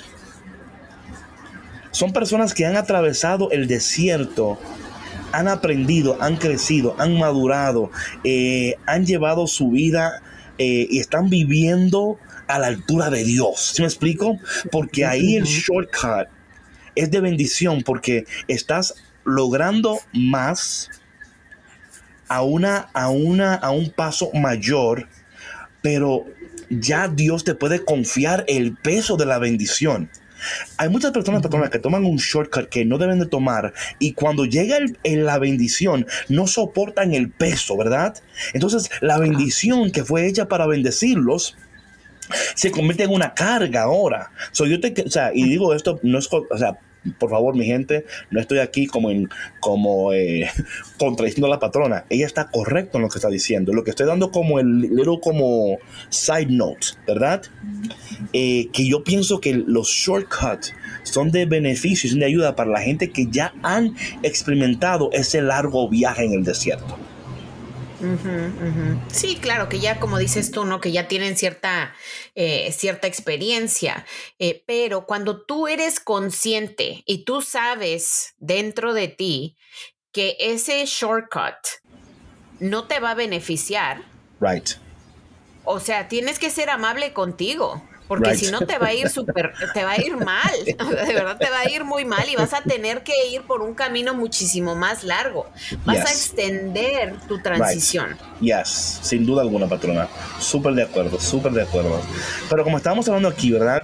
Son personas que han atravesado el desierto, han aprendido, han crecido, han madurado, han llevado su vida y están viviendo a la altura de Dios. ¿Sí me explico? Porque ahí el shortcut es de bendición, porque estás logrando más a un paso mayor, pero ya Dios te puede confiar el peso de la bendición. Hay muchas personas que toman un shortcut que no deben de tomar, y cuando llega la bendición no soportan el peso, ¿verdad? Entonces la bendición que fue hecha para bendecirlos se convierte en una carga ahora. Y digo esto, no es, por favor, mi gente, no estoy aquí contradiciendo a la patrona. Ella está correcta en lo que está diciendo. Lo que estoy dando como como side note, ¿verdad? Que yo pienso que los shortcuts son de beneficio, son de ayuda para la gente que ya han experimentado ese largo viaje en el desierto. Sí, claro, que ya como dices tú, ¿no? Que ya tienen cierta experiencia, pero cuando tú eres consciente y tú sabes dentro de ti que ese shortcut no te va a beneficiar, Right. o sea, tienes que ser amable contigo. Porque si no te va a ir te va a ir mal, de verdad te va a ir muy mal y vas a tener que ir por un camino muchísimo más largo. Vas a extender tu transición. Yes, sin duda alguna, patrona. Súper de acuerdo, súper de acuerdo. Pero como estábamos hablando aquí, ¿verdad?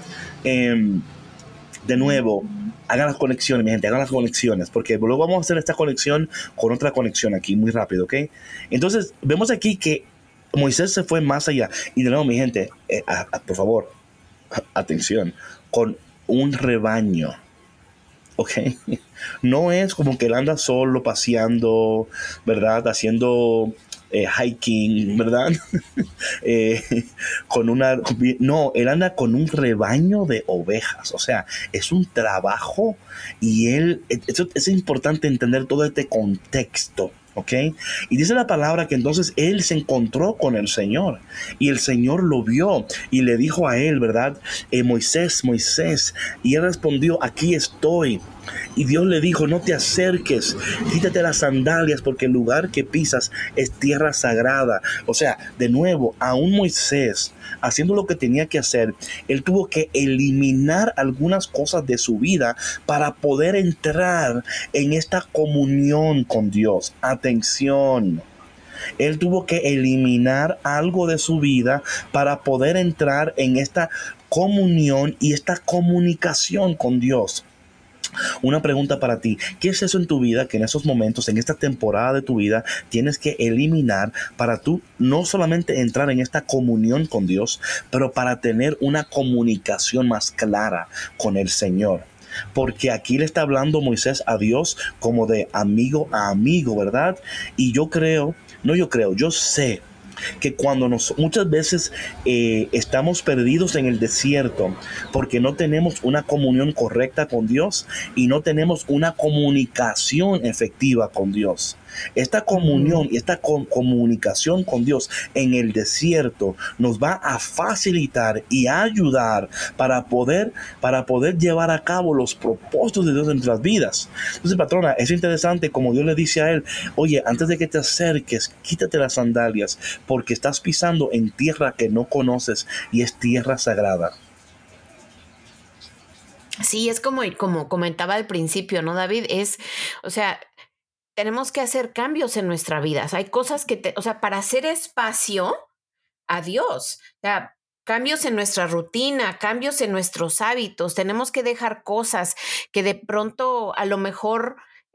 De nuevo, hagan las conexiones, mi gente, hagan las conexiones, porque luego vamos a hacer esta conexión con otra conexión aquí, muy rápido, ¿ok? Entonces, vemos aquí que Moisés se fue más allá. Y de nuevo, mi gente, por favor, atención, con un rebaño, ¿ok? No es como que él anda solo paseando, ¿verdad? Haciendo hiking, ¿verdad? No, él anda con un rebaño de ovejas, o sea, es un trabajo y es importante entender todo este contexto. ¿Ok? Y dice la palabra que entonces él se encontró con el Señor y el Señor lo vio y le dijo a él, ¿verdad? Moisés, Moisés. Y él respondió, aquí estoy. Y Dios le dijo, no te acerques, quítate las sandalias porque el lugar que pisas es tierra sagrada. O sea, de nuevo, aún Moisés, haciendo lo que tenía que hacer, él tuvo que eliminar algunas cosas de su vida para poder entrar en esta comunión con Dios. Atención. Él tuvo que eliminar algo de su vida para poder entrar en esta comunión y esta comunicación con Dios. Una pregunta para ti, ¿qué es eso en tu vida que en esos momentos, en esta temporada de tu vida, tienes que eliminar para tú no solamente entrar en esta comunión con Dios, pero para tener una comunicación más clara con el Señor? Porque aquí le está hablando Moisés a Dios como de amigo a amigo, ¿verdad? Y yo sé que cuando muchas veces estamos perdidos en el desierto porque no tenemos una comunión correcta con Dios y no tenemos una comunicación efectiva con Dios. Esta comunión y esta comunicación con Dios en el desierto nos va a facilitar y a ayudar para poder llevar a cabo los propósitos de Dios en nuestras vidas. Entonces, patrona, es interesante como Dios le dice a él, oye, antes de que te acerques, quítate las sandalias porque estás pisando en tierra que no conoces y es tierra sagrada. Sí, es como comentaba al principio, ¿no, David? O sea, tenemos que hacer cambios en nuestra vida. Hay cosas para hacer espacio a Dios, o sea, cambios en nuestra rutina, cambios en nuestros hábitos. Tenemos que dejar cosas que de pronto a lo mejor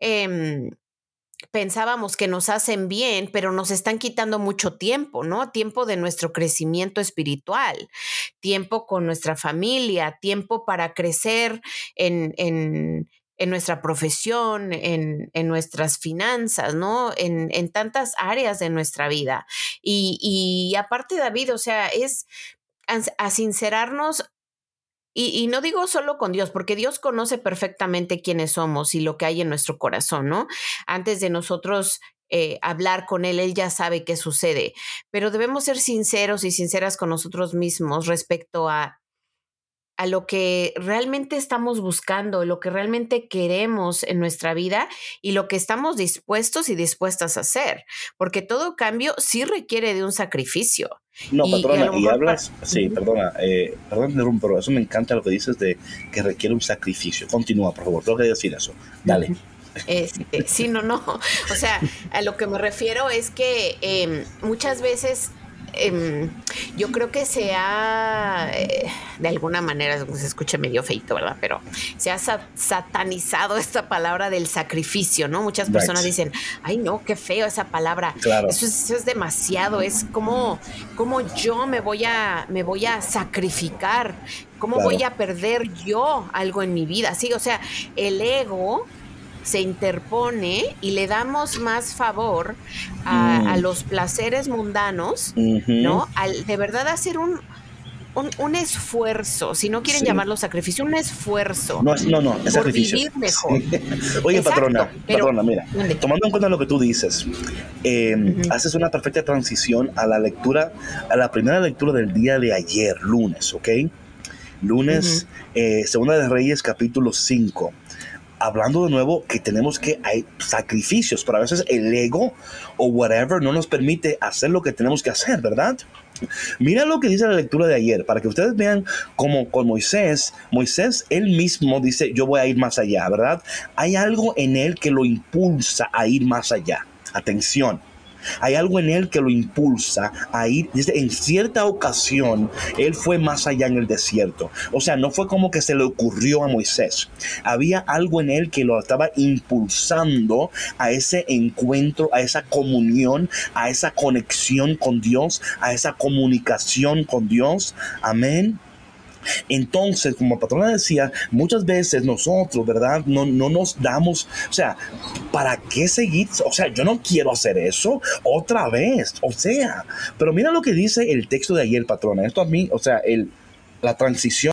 pensábamos que nos hacen bien, pero nos están quitando mucho tiempo, ¿no? Tiempo de nuestro crecimiento espiritual, tiempo con nuestra familia, tiempo para crecer en nuestra profesión, en nuestras finanzas, ¿no? En tantas áreas de nuestra vida. Y aparte, David, o sea, es a sincerarnos. Y no digo solo con Dios, porque Dios conoce perfectamente quiénes somos y lo que hay en nuestro corazón, ¿no? Antes de nosotros hablar con Él ya sabe qué sucede. Pero debemos ser sinceros y sinceras con nosotros mismos respecto a lo que realmente estamos buscando, lo que realmente queremos en nuestra vida y lo que estamos dispuestos y dispuestas a hacer. Porque todo cambio sí requiere de un sacrificio. No, patrona, y hablas, sí, perdona, perdón, pero eso me encanta lo que dices de que requiere un sacrificio. Continúa, por favor, tengo que decir eso. Dale. Sí, no. O sea, a lo que me refiero es que muchas veces yo creo que se ha, de alguna manera, se escucha medio feito, ¿verdad? Pero se ha satanizado esta palabra del sacrificio, ¿no? Muchas personas dicen, ay, no, qué feo esa palabra. Claro. Eso es demasiado, es como yo me voy a sacrificar, cómo voy a perder yo algo en mi vida. Sí, o sea, el ego se interpone y le damos más favor a los placeres mundanos, ¿no? Al de verdad hacer un esfuerzo, si no quieren llamarlo sacrificio, un esfuerzo. No, es por sacrificio. vivir mejor. Oye, Exacto, patrona, mira, tomando en cuenta lo que tú dices, haces una perfecta transición a la lectura, a la primera lectura del día de ayer, lunes, ¿ok? Lunes, Segunda de Reyes, capítulo 5. Hablando de nuevo que tenemos que hay sacrificios, pero a veces el ego o whatever no nos permite hacer lo que tenemos que hacer, ¿verdad? Mira lo que dice la lectura de ayer, para que ustedes vean cómo con Moisés, él mismo dice, yo voy a ir más allá, ¿verdad? Hay algo en él que lo impulsa a ir más allá. Atención. Hay algo en él que lo impulsa a ir. Dice, en cierta ocasión, él fue más allá en el desierto. O sea, no fue como que se le ocurrió a Moisés. Había algo en él que lo estaba impulsando a ese encuentro, a esa comunión, a esa conexión con Dios, a esa comunicación con Dios. Amén. Entonces, como patrona decía, muchas veces nosotros, ¿verdad? No nos damos, o sea, ¿para qué seguir? O sea, yo no quiero hacer eso otra vez, o sea, pero mira lo que dice el texto de ayer, patrona. Esto a mí, o sea, la transición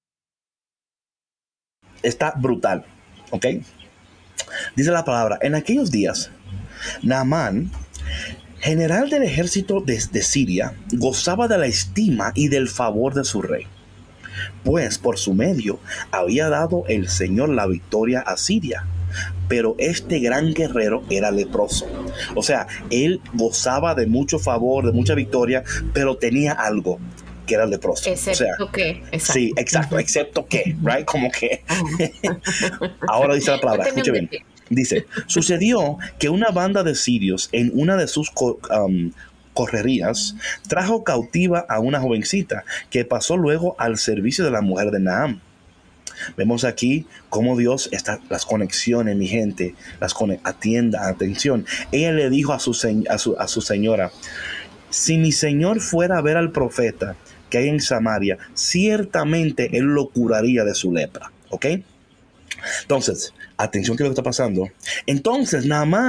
está brutal, ¿ok? Dice la palabra, en aquellos días, Naamán, general del ejército de Siria, gozaba de la estima y del favor de su rey, pues por su medio había dado el Señor la victoria a Siria. Pero este gran guerrero era leproso. O sea, él gozaba de mucho favor, de mucha victoria, pero tenía algo, que era leproso. Excepto que. Exacto. Sí, exacto, excepto que, right? Como que. Ahora dice la palabra, escuche bien. Dice, sucedió que una banda de sirios en una de sus correrías trajo cautiva a una jovencita que pasó luego al servicio de la mujer de Naamán. Vemos aquí cómo Dios está, las conexiones, mi gente, atienda, atención. Ella le dijo a su señora, si mi señor fuera a ver al profeta que hay en Samaria, ciertamente él lo curaría de su lepra, ¿ok? Entonces, atención que lo que está pasando. Entonces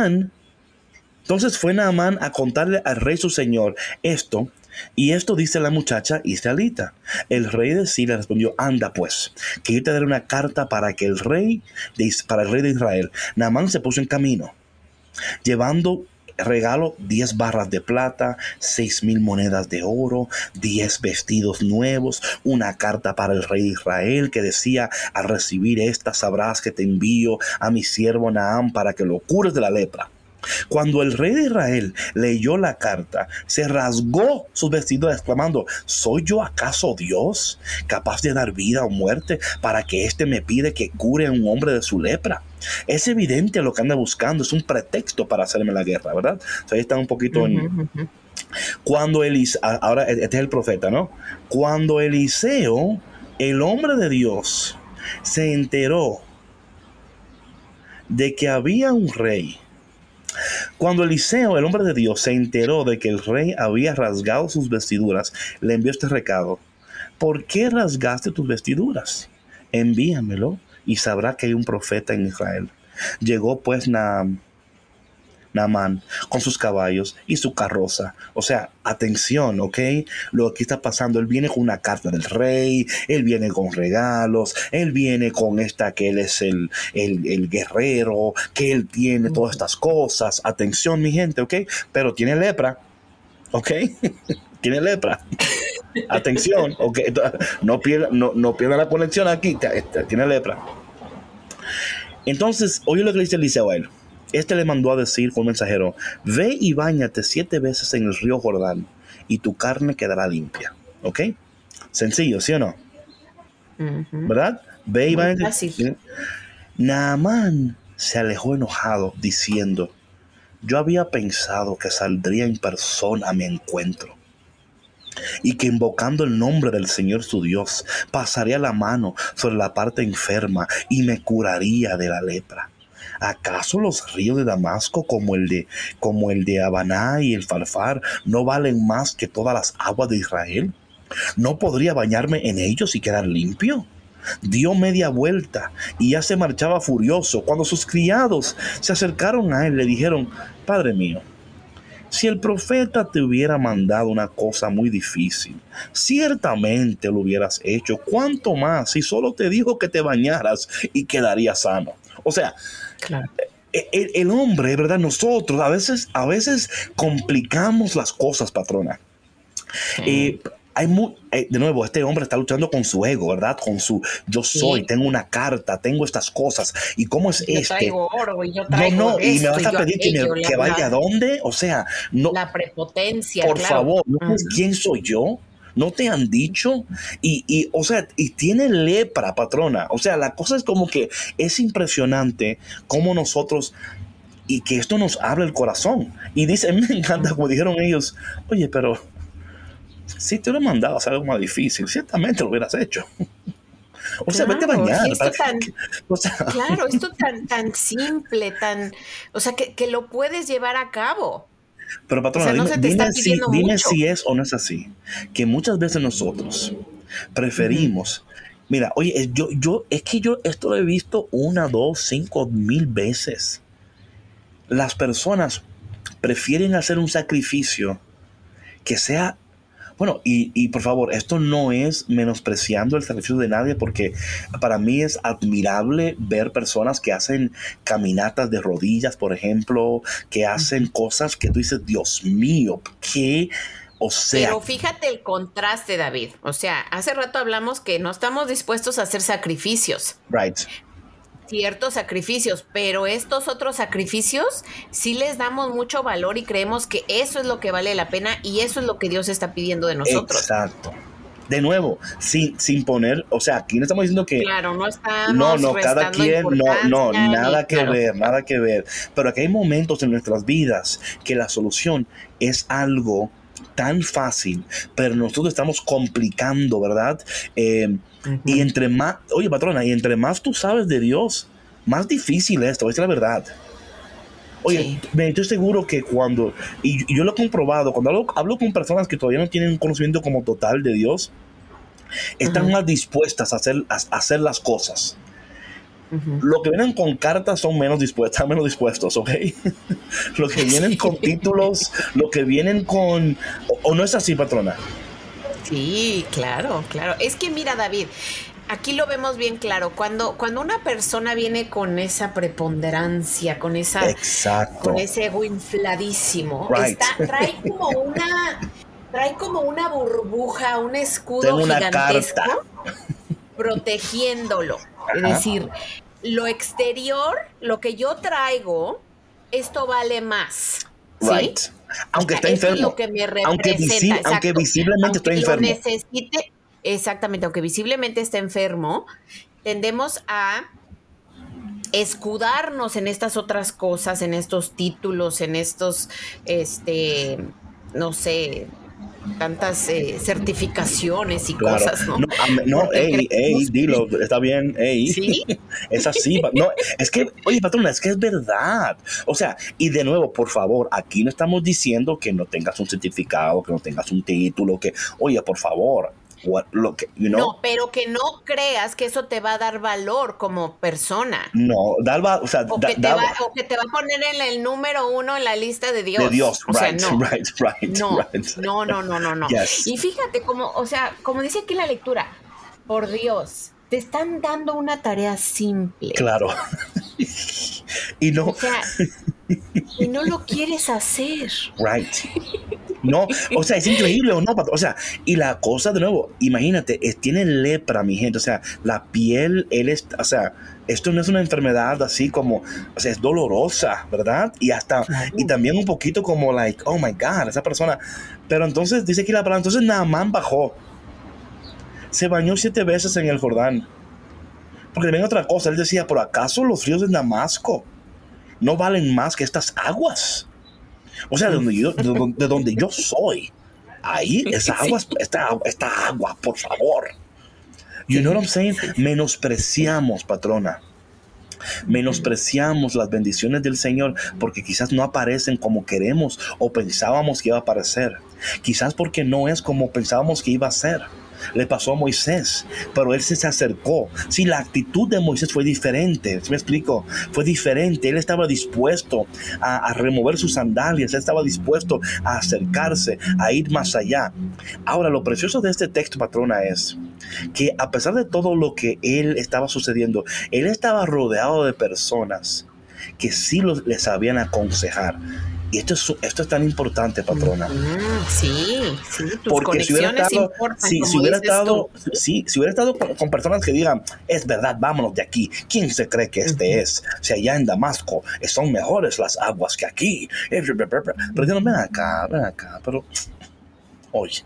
fue Naamán a contarle al rey su señor esto. Y esto dice la muchacha israelita. El rey de Siria respondió, anda pues, que yo te daré una carta para el rey de Israel. Naamán se puso en camino, llevando regalo 10 barras de plata, 6,000 monedas de oro, 10 vestidos nuevos, una carta para el rey de Israel que decía, al recibir esta sabrás que te envío a mi siervo Naamán para que lo cures de la lepra. Cuando el rey de Israel leyó la carta, se rasgó sus vestidos exclamando, ¿soy yo acaso Dios, capaz de dar vida o muerte para que éste me pide que cure a un hombre de su lepra? Es evidente lo que anda buscando, es un pretexto para hacerme la guerra, ¿verdad? O sea, ahí está un poquito en... Cuando ahora este es el profeta, ¿no? Cuando Eliseo, el hombre de Dios, se enteró de que había un rey. Cuando Eliseo, el hombre de Dios, se enteró de que el rey había rasgado sus vestiduras, le envió este recado. ¿Por qué rasgaste tus vestiduras? Envíamelo y sabrá que hay un profeta en Israel. Llegó pues Naamán con sus caballos y su carroza. O sea, atención, ¿ok? Lo que está pasando, él viene con una carta del rey, él viene con regalos, él viene con que él es el guerrero, que él tiene todas estas cosas. Atención, mi gente, ¿ok? Pero tiene lepra, ¿ok? Tiene lepra. Atención, ¿ok? No pierda la conexión aquí, tiene lepra. Entonces, oye lo que le dice Eliseo a él. Este le mandó a decir con un mensajero, ve y báñate 7 veces en el río Jordán y tu carne quedará limpia. ¿Ok? Sencillo, ¿sí o no? ¿Verdad? Ve y báñate. Naamán se alejó enojado diciendo, yo había pensado que saldría en persona a mi encuentro y que invocando el nombre del Señor su Dios pasaría la mano sobre la parte enferma y me curaría de la lepra. ¿Acaso los ríos de Damasco como el de Habaná y el Farfar no valen más que todas las aguas de Israel? ¿No podría bañarme en ellos y quedar limpio? Dio media vuelta y ya se marchaba furioso. Cuando sus criados se acercaron a él, le dijeron, Padre mío, Si el profeta te hubiera mandado una cosa muy difícil, ciertamente lo hubieras hecho. ¿Cuánto más si solo te dijo que te bañaras y quedarías sano? O sea, Claro. el hombre, ¿verdad? Nosotros a veces complicamos las cosas, patrona. De nuevo, este hombre está luchando con su ego, ¿verdad? Con su yo soy, Sí. tengo una carta, tengo estas cosas. ¿Y cómo es Yo traigo oro y yo traigo No, y me esto vas y a yo pedir aquello, que vaya a dónde? O sea, no, la prepotencia, por claro. favor, ¿no sabes quién soy yo? ¿No te han dicho? O sea, y tiene lepra, patrona. O sea, la cosa es como que es impresionante cómo nosotros, y que esto nos habla el corazón. Y dice, me encanta como dijeron ellos, oye, pero si te lo he mandado a hacer algo más difícil, ciertamente lo hubieras hecho. O sea, vete a Claro, bañar. y esto tan, O sea, claro, esto tan simple, o sea, que lo puedes llevar a cabo. pero O patrona, sea, no se te está pidiendo dime mucho. si es o no es así. Que muchas veces nosotros preferimos, mira, oye, es que yo esto lo he visto 1, 2, 5 mil veces. Las personas prefieren hacer un sacrificio que sea, bueno, y por favor, esto no es menospreciando el sacrificio de nadie, porque para mí es admirable ver personas que hacen caminatas de rodillas, por ejemplo, que hacen cosas que tú dices, Dios mío, ¿qué? O sea, Pero fíjate el contraste, David. O sea, hace rato hablamos que no estamos dispuestos a hacer sacrificios, right. ciertos sacrificios, pero estos otros sacrificios sí les damos mucho valor y creemos que eso es lo que vale la pena y eso es lo que Dios está pidiendo de nosotros. Exacto. De nuevo, sin poner, o sea, aquí no estamos diciendo que Claro, no estamos cada restando quien, importancia, nada que claro. ver, nada que ver. Pero aquí hay momentos en nuestras vidas que la solución es algo tan fácil, pero nosotros estamos complicando, ¿verdad? Y entre más, oye, patrona, y entre más tú sabes de Dios, más difícil es, te voy a decir la verdad. Oye, Sí. estoy seguro que y yo lo he comprobado, cuando hablo con personas que todavía no tienen un conocimiento como total de Dios, están más dispuestas a hacer las cosas. Los que vienen con cartas son menos dispuestos, ¿ok? Los que vienen con títulos, los que vienen con... ¿O no es así, patrona? Sí, claro, claro. Es que mira, David, aquí lo vemos bien claro. Cuando una persona viene con esa preponderancia, con ese ego infladísimo, Right. trae como una burbuja, un escudo Tengo una gigantesco carta protegiéndolo. Es decir, lo exterior, lo que yo traigo, esto vale más. ¿sí? Right. Aunque está Esto enfermo. es lo que me representa. Aunque visiblemente está enfermo. Exactamente, aunque visiblemente está enfermo, tendemos a escudarnos en estas otras cosas, en estos títulos, en estos, no sé, tantas certificaciones y Claro. cosas, ¿no? No, dilo, está bien, ¿Sí? Es así, no, es que, oye, patrona, es que es verdad. O sea, y de nuevo, por favor, aquí no estamos diciendo que no tengas un certificado, que no tengas un título, que, oye, por favor, No, pero que no creas que eso te va a dar valor como persona. No, o que te va a poner en el número 1 en la lista de Dios. De Dios, o sea, right, no. right. No. Yes. Y fíjate, como dice aquí la lectura, por Dios, te están dando una tarea simple. Claro. Y no. O sea, y no lo quieres hacer. Right. No, o sea, es increíble o no, o sea, y la cosa de nuevo, imagínate, tiene lepra, mi gente, o sea, la piel, o sea, esto no es una enfermedad así como, o sea, es dolorosa, ¿verdad? Y y también un poquito como like, oh my God, esa persona, pero entonces dice aquí la palabra, entonces Naamán bajó, se bañó 7 veces en el Jordán, porque ven otra cosa, él decía, ¿por acaso los ríos de Damasco no valen más que estas aguas? O sea, de donde yo soy, ahí esa agua, esta agua, por favor. You know what I'm saying? Menospreciamos, patrona. Menospreciamos las bendiciones del Señor porque quizás no aparecen como queremos o pensábamos que iba a aparecer. Quizás porque no es como pensábamos que iba a ser. le pasó a Moisés, pero él se acercó. Sí, la actitud de Moisés fue diferente, ¿sí me explico? Fue diferente, él estaba dispuesto a remover sus sandalias, él estaba dispuesto a acercarse, a ir más allá. Ahora, lo precioso de este texto, patrona, es que a pesar de todo lo que él estaba sucediendo, él estaba rodeado de personas que sí les sabían aconsejar. Y esto es tan importante, patrona. Sí, tus porque conexiones importan, si hubiera estado con personas que digan, es verdad, vámonos de aquí. ¿Quién se cree que este es? Si allá en Damasco son mejores las aguas que aquí. Pero yo no, ven acá. Pero, oye,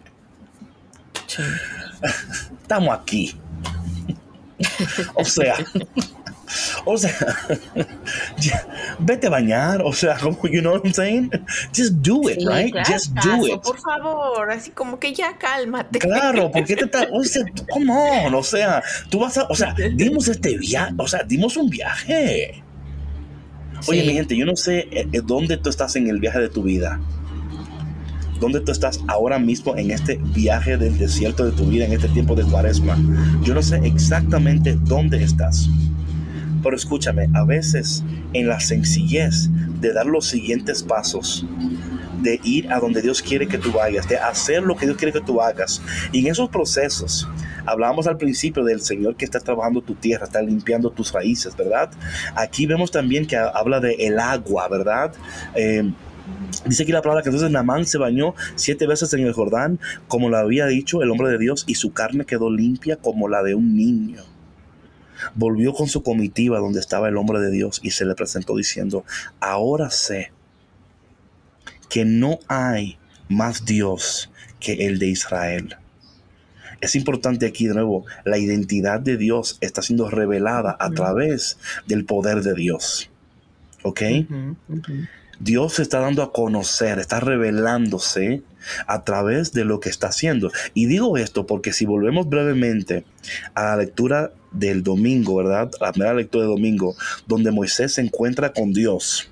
estamos aquí. O sea, vete a bañar, o sea, you know what I'm saying? Just do it, right? Claro, Just do it. Por favor, así como que ya cálmate. Claro, porque o sea, come on, o sea, tú vas o sea, dimos dimos un viaje. Oye, mi gente, yo no sé dónde tú estás en el viaje de tu vida. ¿Dónde tú estás ahora mismo en este viaje del desierto de tu vida, en este tiempo de Cuaresma? Yo no sé exactamente dónde estás. Pero escúchame, a veces en la sencillez de dar los siguientes pasos, de ir a donde Dios quiere que tú vayas, de hacer lo que Dios quiere que tú hagas, y en esos procesos, hablábamos al principio del Señor que está trabajando tu tierra, está limpiando tus raíces, ¿verdad? Aquí vemos también que habla de el agua, ¿verdad? Dice aquí la palabra que entonces Naamán se bañó 7 veces en el Jordán, como lo había dicho el hombre de Dios, y su carne quedó limpia como la de un niño. Volvió con su comitiva donde estaba el hombre de Dios y se le presentó diciendo, ahora sé que no hay más Dios que el de Israel. Es importante aquí de nuevo, la identidad de Dios está siendo revelada a través del poder de Dios. ¿Ok? Dios se está dando a conocer, está revelándose a través de lo que está haciendo. Y digo esto porque si volvemos brevemente a la lectura del domingo, ¿verdad? La primera lectura de domingo, donde Moisés se encuentra con Dios.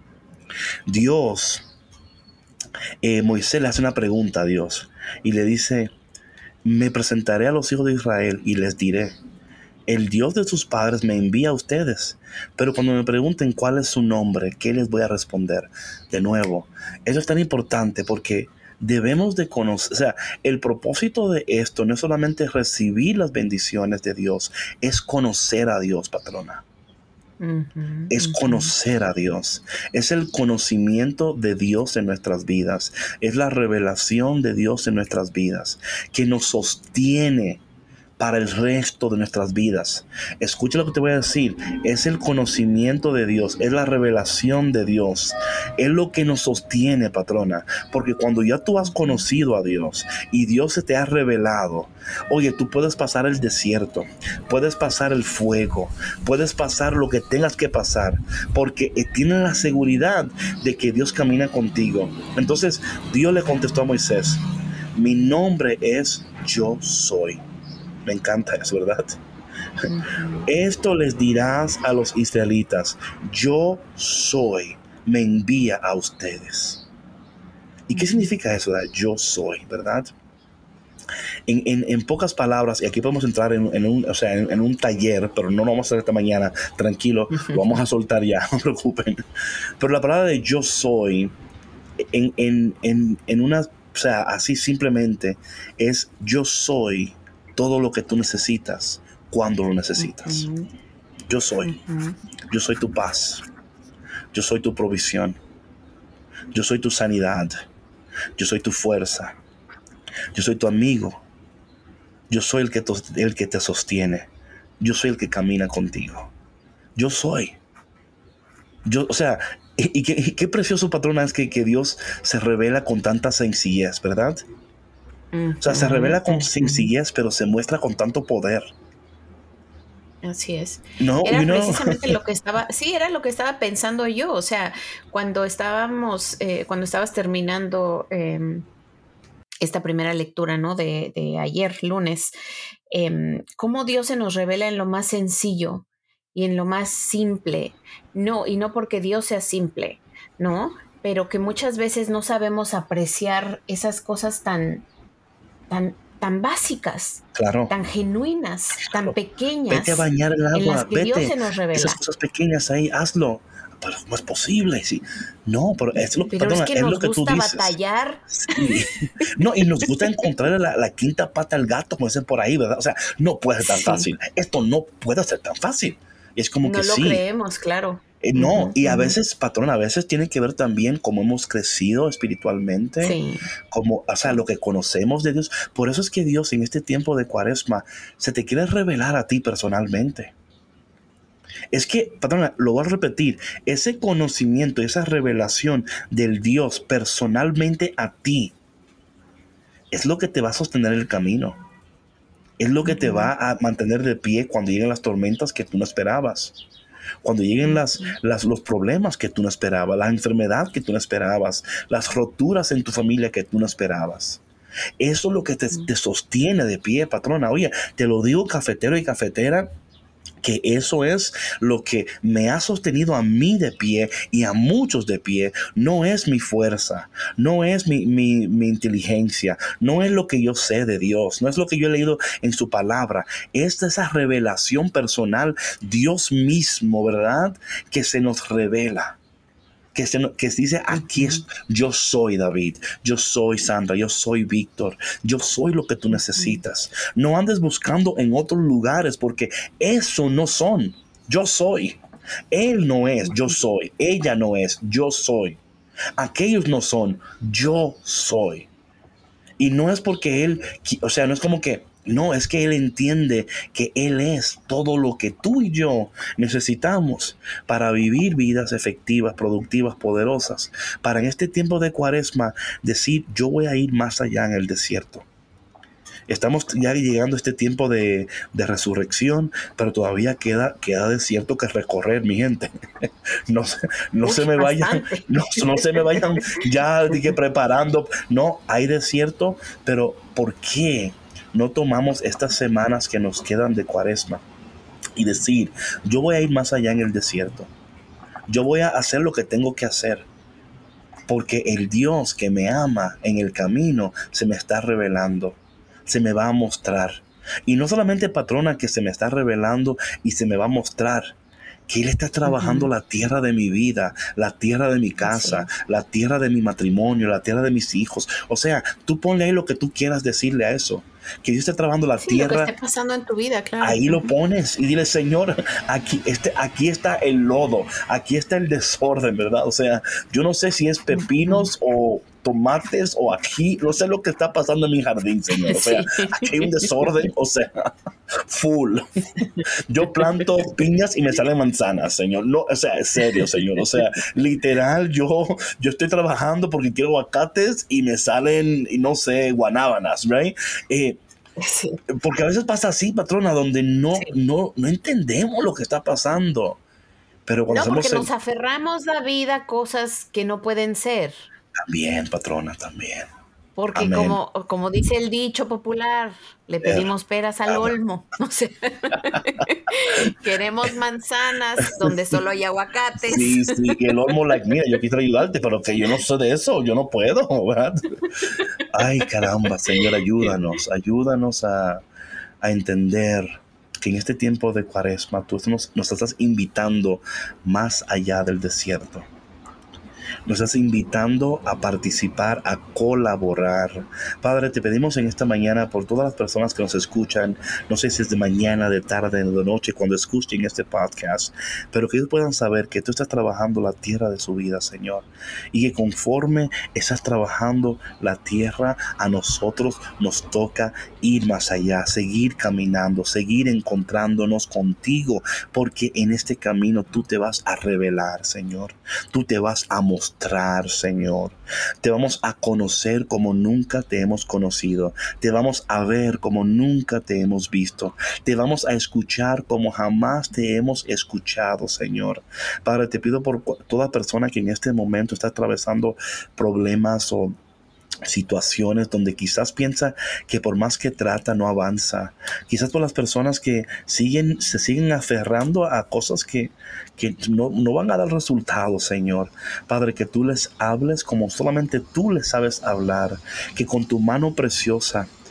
Moisés le hace una pregunta a Dios y le dice, me presentaré a los hijos de Israel y les diré, el Dios de sus padres me envía a ustedes, pero cuando me pregunten cuál es su nombre, ¿qué les voy a responder? De nuevo, eso es tan importante porque debemos de conocer, o sea, el propósito de esto no es solamente recibir las bendiciones de Dios, es conocer a Dios, patrona. Es conocer a Dios, es el conocimiento de Dios en nuestras vidas, es la revelación de Dios en nuestras vidas que nos sostiene para el resto de nuestras vidas. Escucha lo que te voy a decir, es el conocimiento de Dios, es la revelación de Dios, es lo que nos sostiene, patrona, porque cuando ya tú has conocido a Dios y Dios se te ha revelado, oye, tú puedes pasar el desierto, puedes pasar el fuego, puedes pasar lo que tengas que pasar, porque tienes la seguridad de que Dios camina contigo. Entonces Dios le contestó a Moisés, mi nombre es Yo Soy. Me encanta eso, ¿verdad? Esto les dirás a los israelitas, yo soy, me envía a ustedes. ¿Y qué significa eso? ¿Verdad? Yo soy, ¿verdad? En pocas palabras, y aquí podemos entrar en un taller, pero no lo vamos a hacer esta mañana, tranquilo, lo vamos a soltar ya, no se preocupen. Pero la palabra de yo soy, en una, o sea, así simplemente, es yo soy todo lo que tú necesitas cuando lo necesitas. Yo soy. Yo soy tu paz. Yo soy tu provisión. Yo soy tu sanidad. Yo soy tu fuerza. Yo soy tu amigo. Yo soy el que te sostiene. Yo soy el que camina contigo. Yo soy. O sea, y qué precioso, patrona, es que Dios se revela con tanta sencillez, ¿verdad? O sea, se revela con sencillez, pero se muestra con tanto poder. Así es. No, era precisamente lo que estaba, sí, era lo que estaba pensando yo. O sea, cuando estabas terminando esta primera lectura, ¿no? De ayer, lunes, cómo Dios se nos revela en lo más sencillo y en lo más simple. No, y no porque Dios sea simple, ¿no? Pero que muchas veces no sabemos apreciar esas cosas tan tan básicas, Claro. tan genuinas, tan pequeñas, Vete a bañar el agua, en las que Dios vete. se nos revela. Esas cosas pequeñas ahí, hazlo. Pero ¿cómo es posible? Sí. No, pero es lo, Pero perdona, es que es nos lo que tú gusta dices. batallar. Sí. No, y nos gusta encontrar la quinta pata al gato, como dicen por ahí, ¿verdad? O sea, no puede ser tan Sí. fácil. Esto no puede ser tan fácil. Y es como No que lo sí. creemos, claro. No, Ujú, y a ujú. veces, patrón, a veces tiene que ver también cómo hemos crecido espiritualmente, Sí. como, o sea, lo que conocemos de Dios. Por eso es que Dios en este tiempo de Cuaresma se te quiere revelar a ti personalmente. Es que, patrona, lo voy a repetir, ese conocimiento, esa revelación del Dios personalmente a ti es lo que te va a sostener el camino. Es lo que te va a mantener de pie cuando lleguen las tormentas que tú no esperabas. Cuando lleguen los problemas que tú no esperabas, la enfermedad que tú no esperabas, las roturas en tu familia que tú no esperabas. Eso es lo que te sostiene de pie, patrona. Oye, te lo digo, cafetero y cafetera, que eso es lo que me ha sostenido a mí de pie y a muchos de pie. No es mi fuerza, no es mi inteligencia, no es lo que yo sé de Dios, no es lo que yo he leído en su palabra. Es esa revelación personal, Dios mismo, ¿verdad? Que se nos revela. Que dice, aquí yo soy David, yo soy Sandra, yo soy Víctor, yo soy lo que tú necesitas. No andes buscando en otros lugares porque eso no son. Yo soy. Él no es, yo soy. Ella no es, yo soy. Aquellos no son, yo soy. Y no es porque él, o sea, no es como que, no, es que él entiende que él es todo lo que tú y yo necesitamos para vivir vidas efectivas, productivas, poderosas. Para en este tiempo de Cuaresma decir, yo voy a ir más allá en el desierto. Estamos ya llegando a este tiempo de resurrección, pero todavía queda desierto que recorrer, mi gente. No se me vayan, no se me vayan ya preparando. No, hay desierto, pero ¿por qué no tomamos estas semanas que nos quedan de Cuaresma y decir, yo voy a ir más allá en el desierto? Yo voy a hacer lo que tengo que hacer, porque el Dios que me ama en el camino se me está revelando, se me va a mostrar. Y no solamente, patrona, que se me está revelando y se me va a mostrar, que Él está trabajando la tierra de mi vida, la tierra de mi casa, la tierra de mi matrimonio, la tierra de mis hijos. O sea, tú ponle ahí lo que tú quieras decirle a eso. Que Dios está trabajando la tierra. Lo que esté pasando en tu vida, claro. Ahí lo pones y dile, Señor, aquí está el lodo, aquí está el desorden, ¿verdad? O sea, yo no sé si es pepinos o tomates o ají, no sé lo que está pasando en mi jardín, Señor. O sea, aquí hay un desorden, o sea, full. Yo planto piñas y me salen manzanas, Señor. No, o sea, es serio, Señor. O sea, literal, yo estoy trabajando porque quiero aguacates y me salen, no sé, guanábanas, ¿right? Sí. Porque a veces pasa así, patrona, donde no entendemos lo que está pasando. Pero cuando porque nos aferramos, David, a cosas que no pueden ser. También, patrona, también. Porque como dice el dicho popular, le pedimos peras al olmo. O sea, queremos manzanas donde solo hay aguacates. Sí, y el olmo, mira, yo quisiera ayudarte, pero que yo no sé de eso, yo no puedo, ¿verdad? Ay, caramba, Señor, ayúdanos a entender que en este tiempo de Cuaresma tú nos estás invitando más allá del desierto. Nos estás invitando a participar, a colaborar. Padre, te pedimos en esta mañana por todas las personas que nos escuchan, no sé si es de mañana, de tarde, de noche, cuando escuchen este podcast, pero que ellos puedan saber que tú estás trabajando la tierra de su vida, Señor, y que conforme estás trabajando la tierra, a nosotros nos toca ir más allá, seguir caminando, seguir encontrándonos contigo, porque en este camino tú te vas a revelar, Señor. Tú te vas a mostrar, Señor. Te vamos a conocer como nunca te hemos conocido. Te vamos a ver como nunca te hemos visto. Te vamos a escuchar como jamás te hemos escuchado, Señor. Padre, te pido por toda persona que en este momento está atravesando problemas o situaciones donde quizás piensa que por más que trata no avanza, quizás por las personas que se siguen aferrando a cosas que no van a dar resultados, Señor. Padre, que tú les hables como solamente tú les sabes hablar, que con tu mano preciosa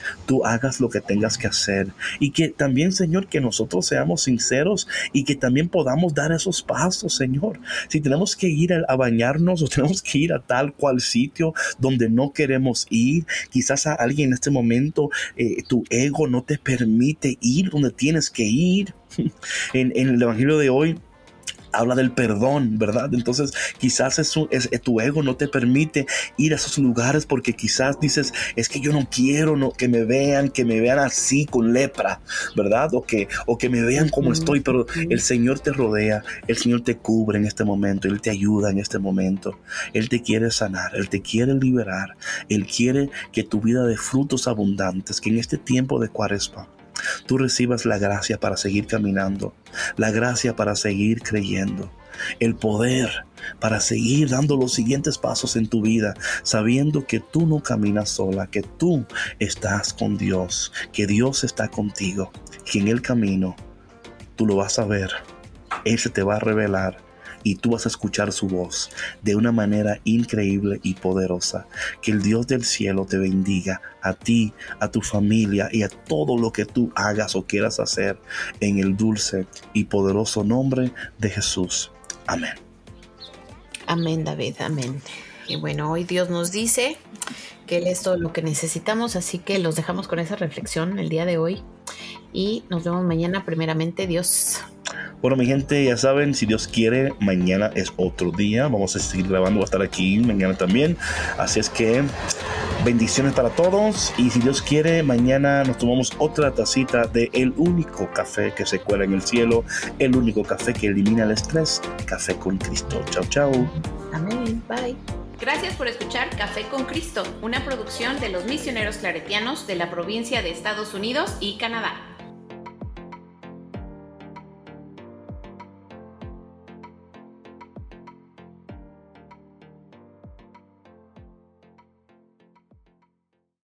tú hagas lo que tengas que hacer. Y que también, Señor, que nosotros seamos sinceros y que también podamos dar esos pasos, Señor. Si tenemos que ir a bañarnos o tenemos que ir a tal cual sitio donde no queremos ir, quizás a alguien en este momento tu ego no te permite ir donde tienes que ir. En el Evangelio de hoy habla del perdón, ¿verdad? Entonces quizás tu ego no te permite ir a esos lugares porque quizás dices, es que yo no quiero que me vean así con lepra, ¿verdad? O que me vean como estoy, pero el Señor te rodea, el Señor te cubre en este momento, Él te ayuda en este momento, Él te quiere sanar, Él te quiere liberar, Él quiere que tu vida dé frutos abundantes, que en este tiempo de Cuaresma tú recibas la gracia para seguir caminando, la gracia para seguir creyendo, el poder para seguir dando los siguientes pasos en tu vida, sabiendo que tú no caminas sola, que tú estás con Dios, que Dios está contigo, que en el camino tú lo vas a ver, Él se te va a revelar y tú vas a escuchar su voz de una manera increíble y poderosa. Que el Dios del cielo te bendiga a ti, a tu familia y a todo lo que tú hagas o quieras hacer en el dulce y poderoso nombre de Jesús. Amén. Amén, David, amén. Y bueno, hoy Dios nos dice que Él es todo lo que necesitamos, así que los dejamos con esa reflexión el día de hoy y nos vemos mañana, primeramente Dios. Bueno, mi gente, ya saben, si Dios quiere, mañana es otro día. Vamos a seguir grabando, va a estar aquí mañana también. Así es que bendiciones para todos. Y si Dios quiere, mañana nos tomamos otra tacita de el único café que se cuela en el cielo. El único café que elimina el estrés. Café con Cristo. Chao, chao. Amén. Bye. Gracias por escuchar Café con Cristo, una producción de los misioneros claretianos de la provincia de Estados Unidos y Canadá.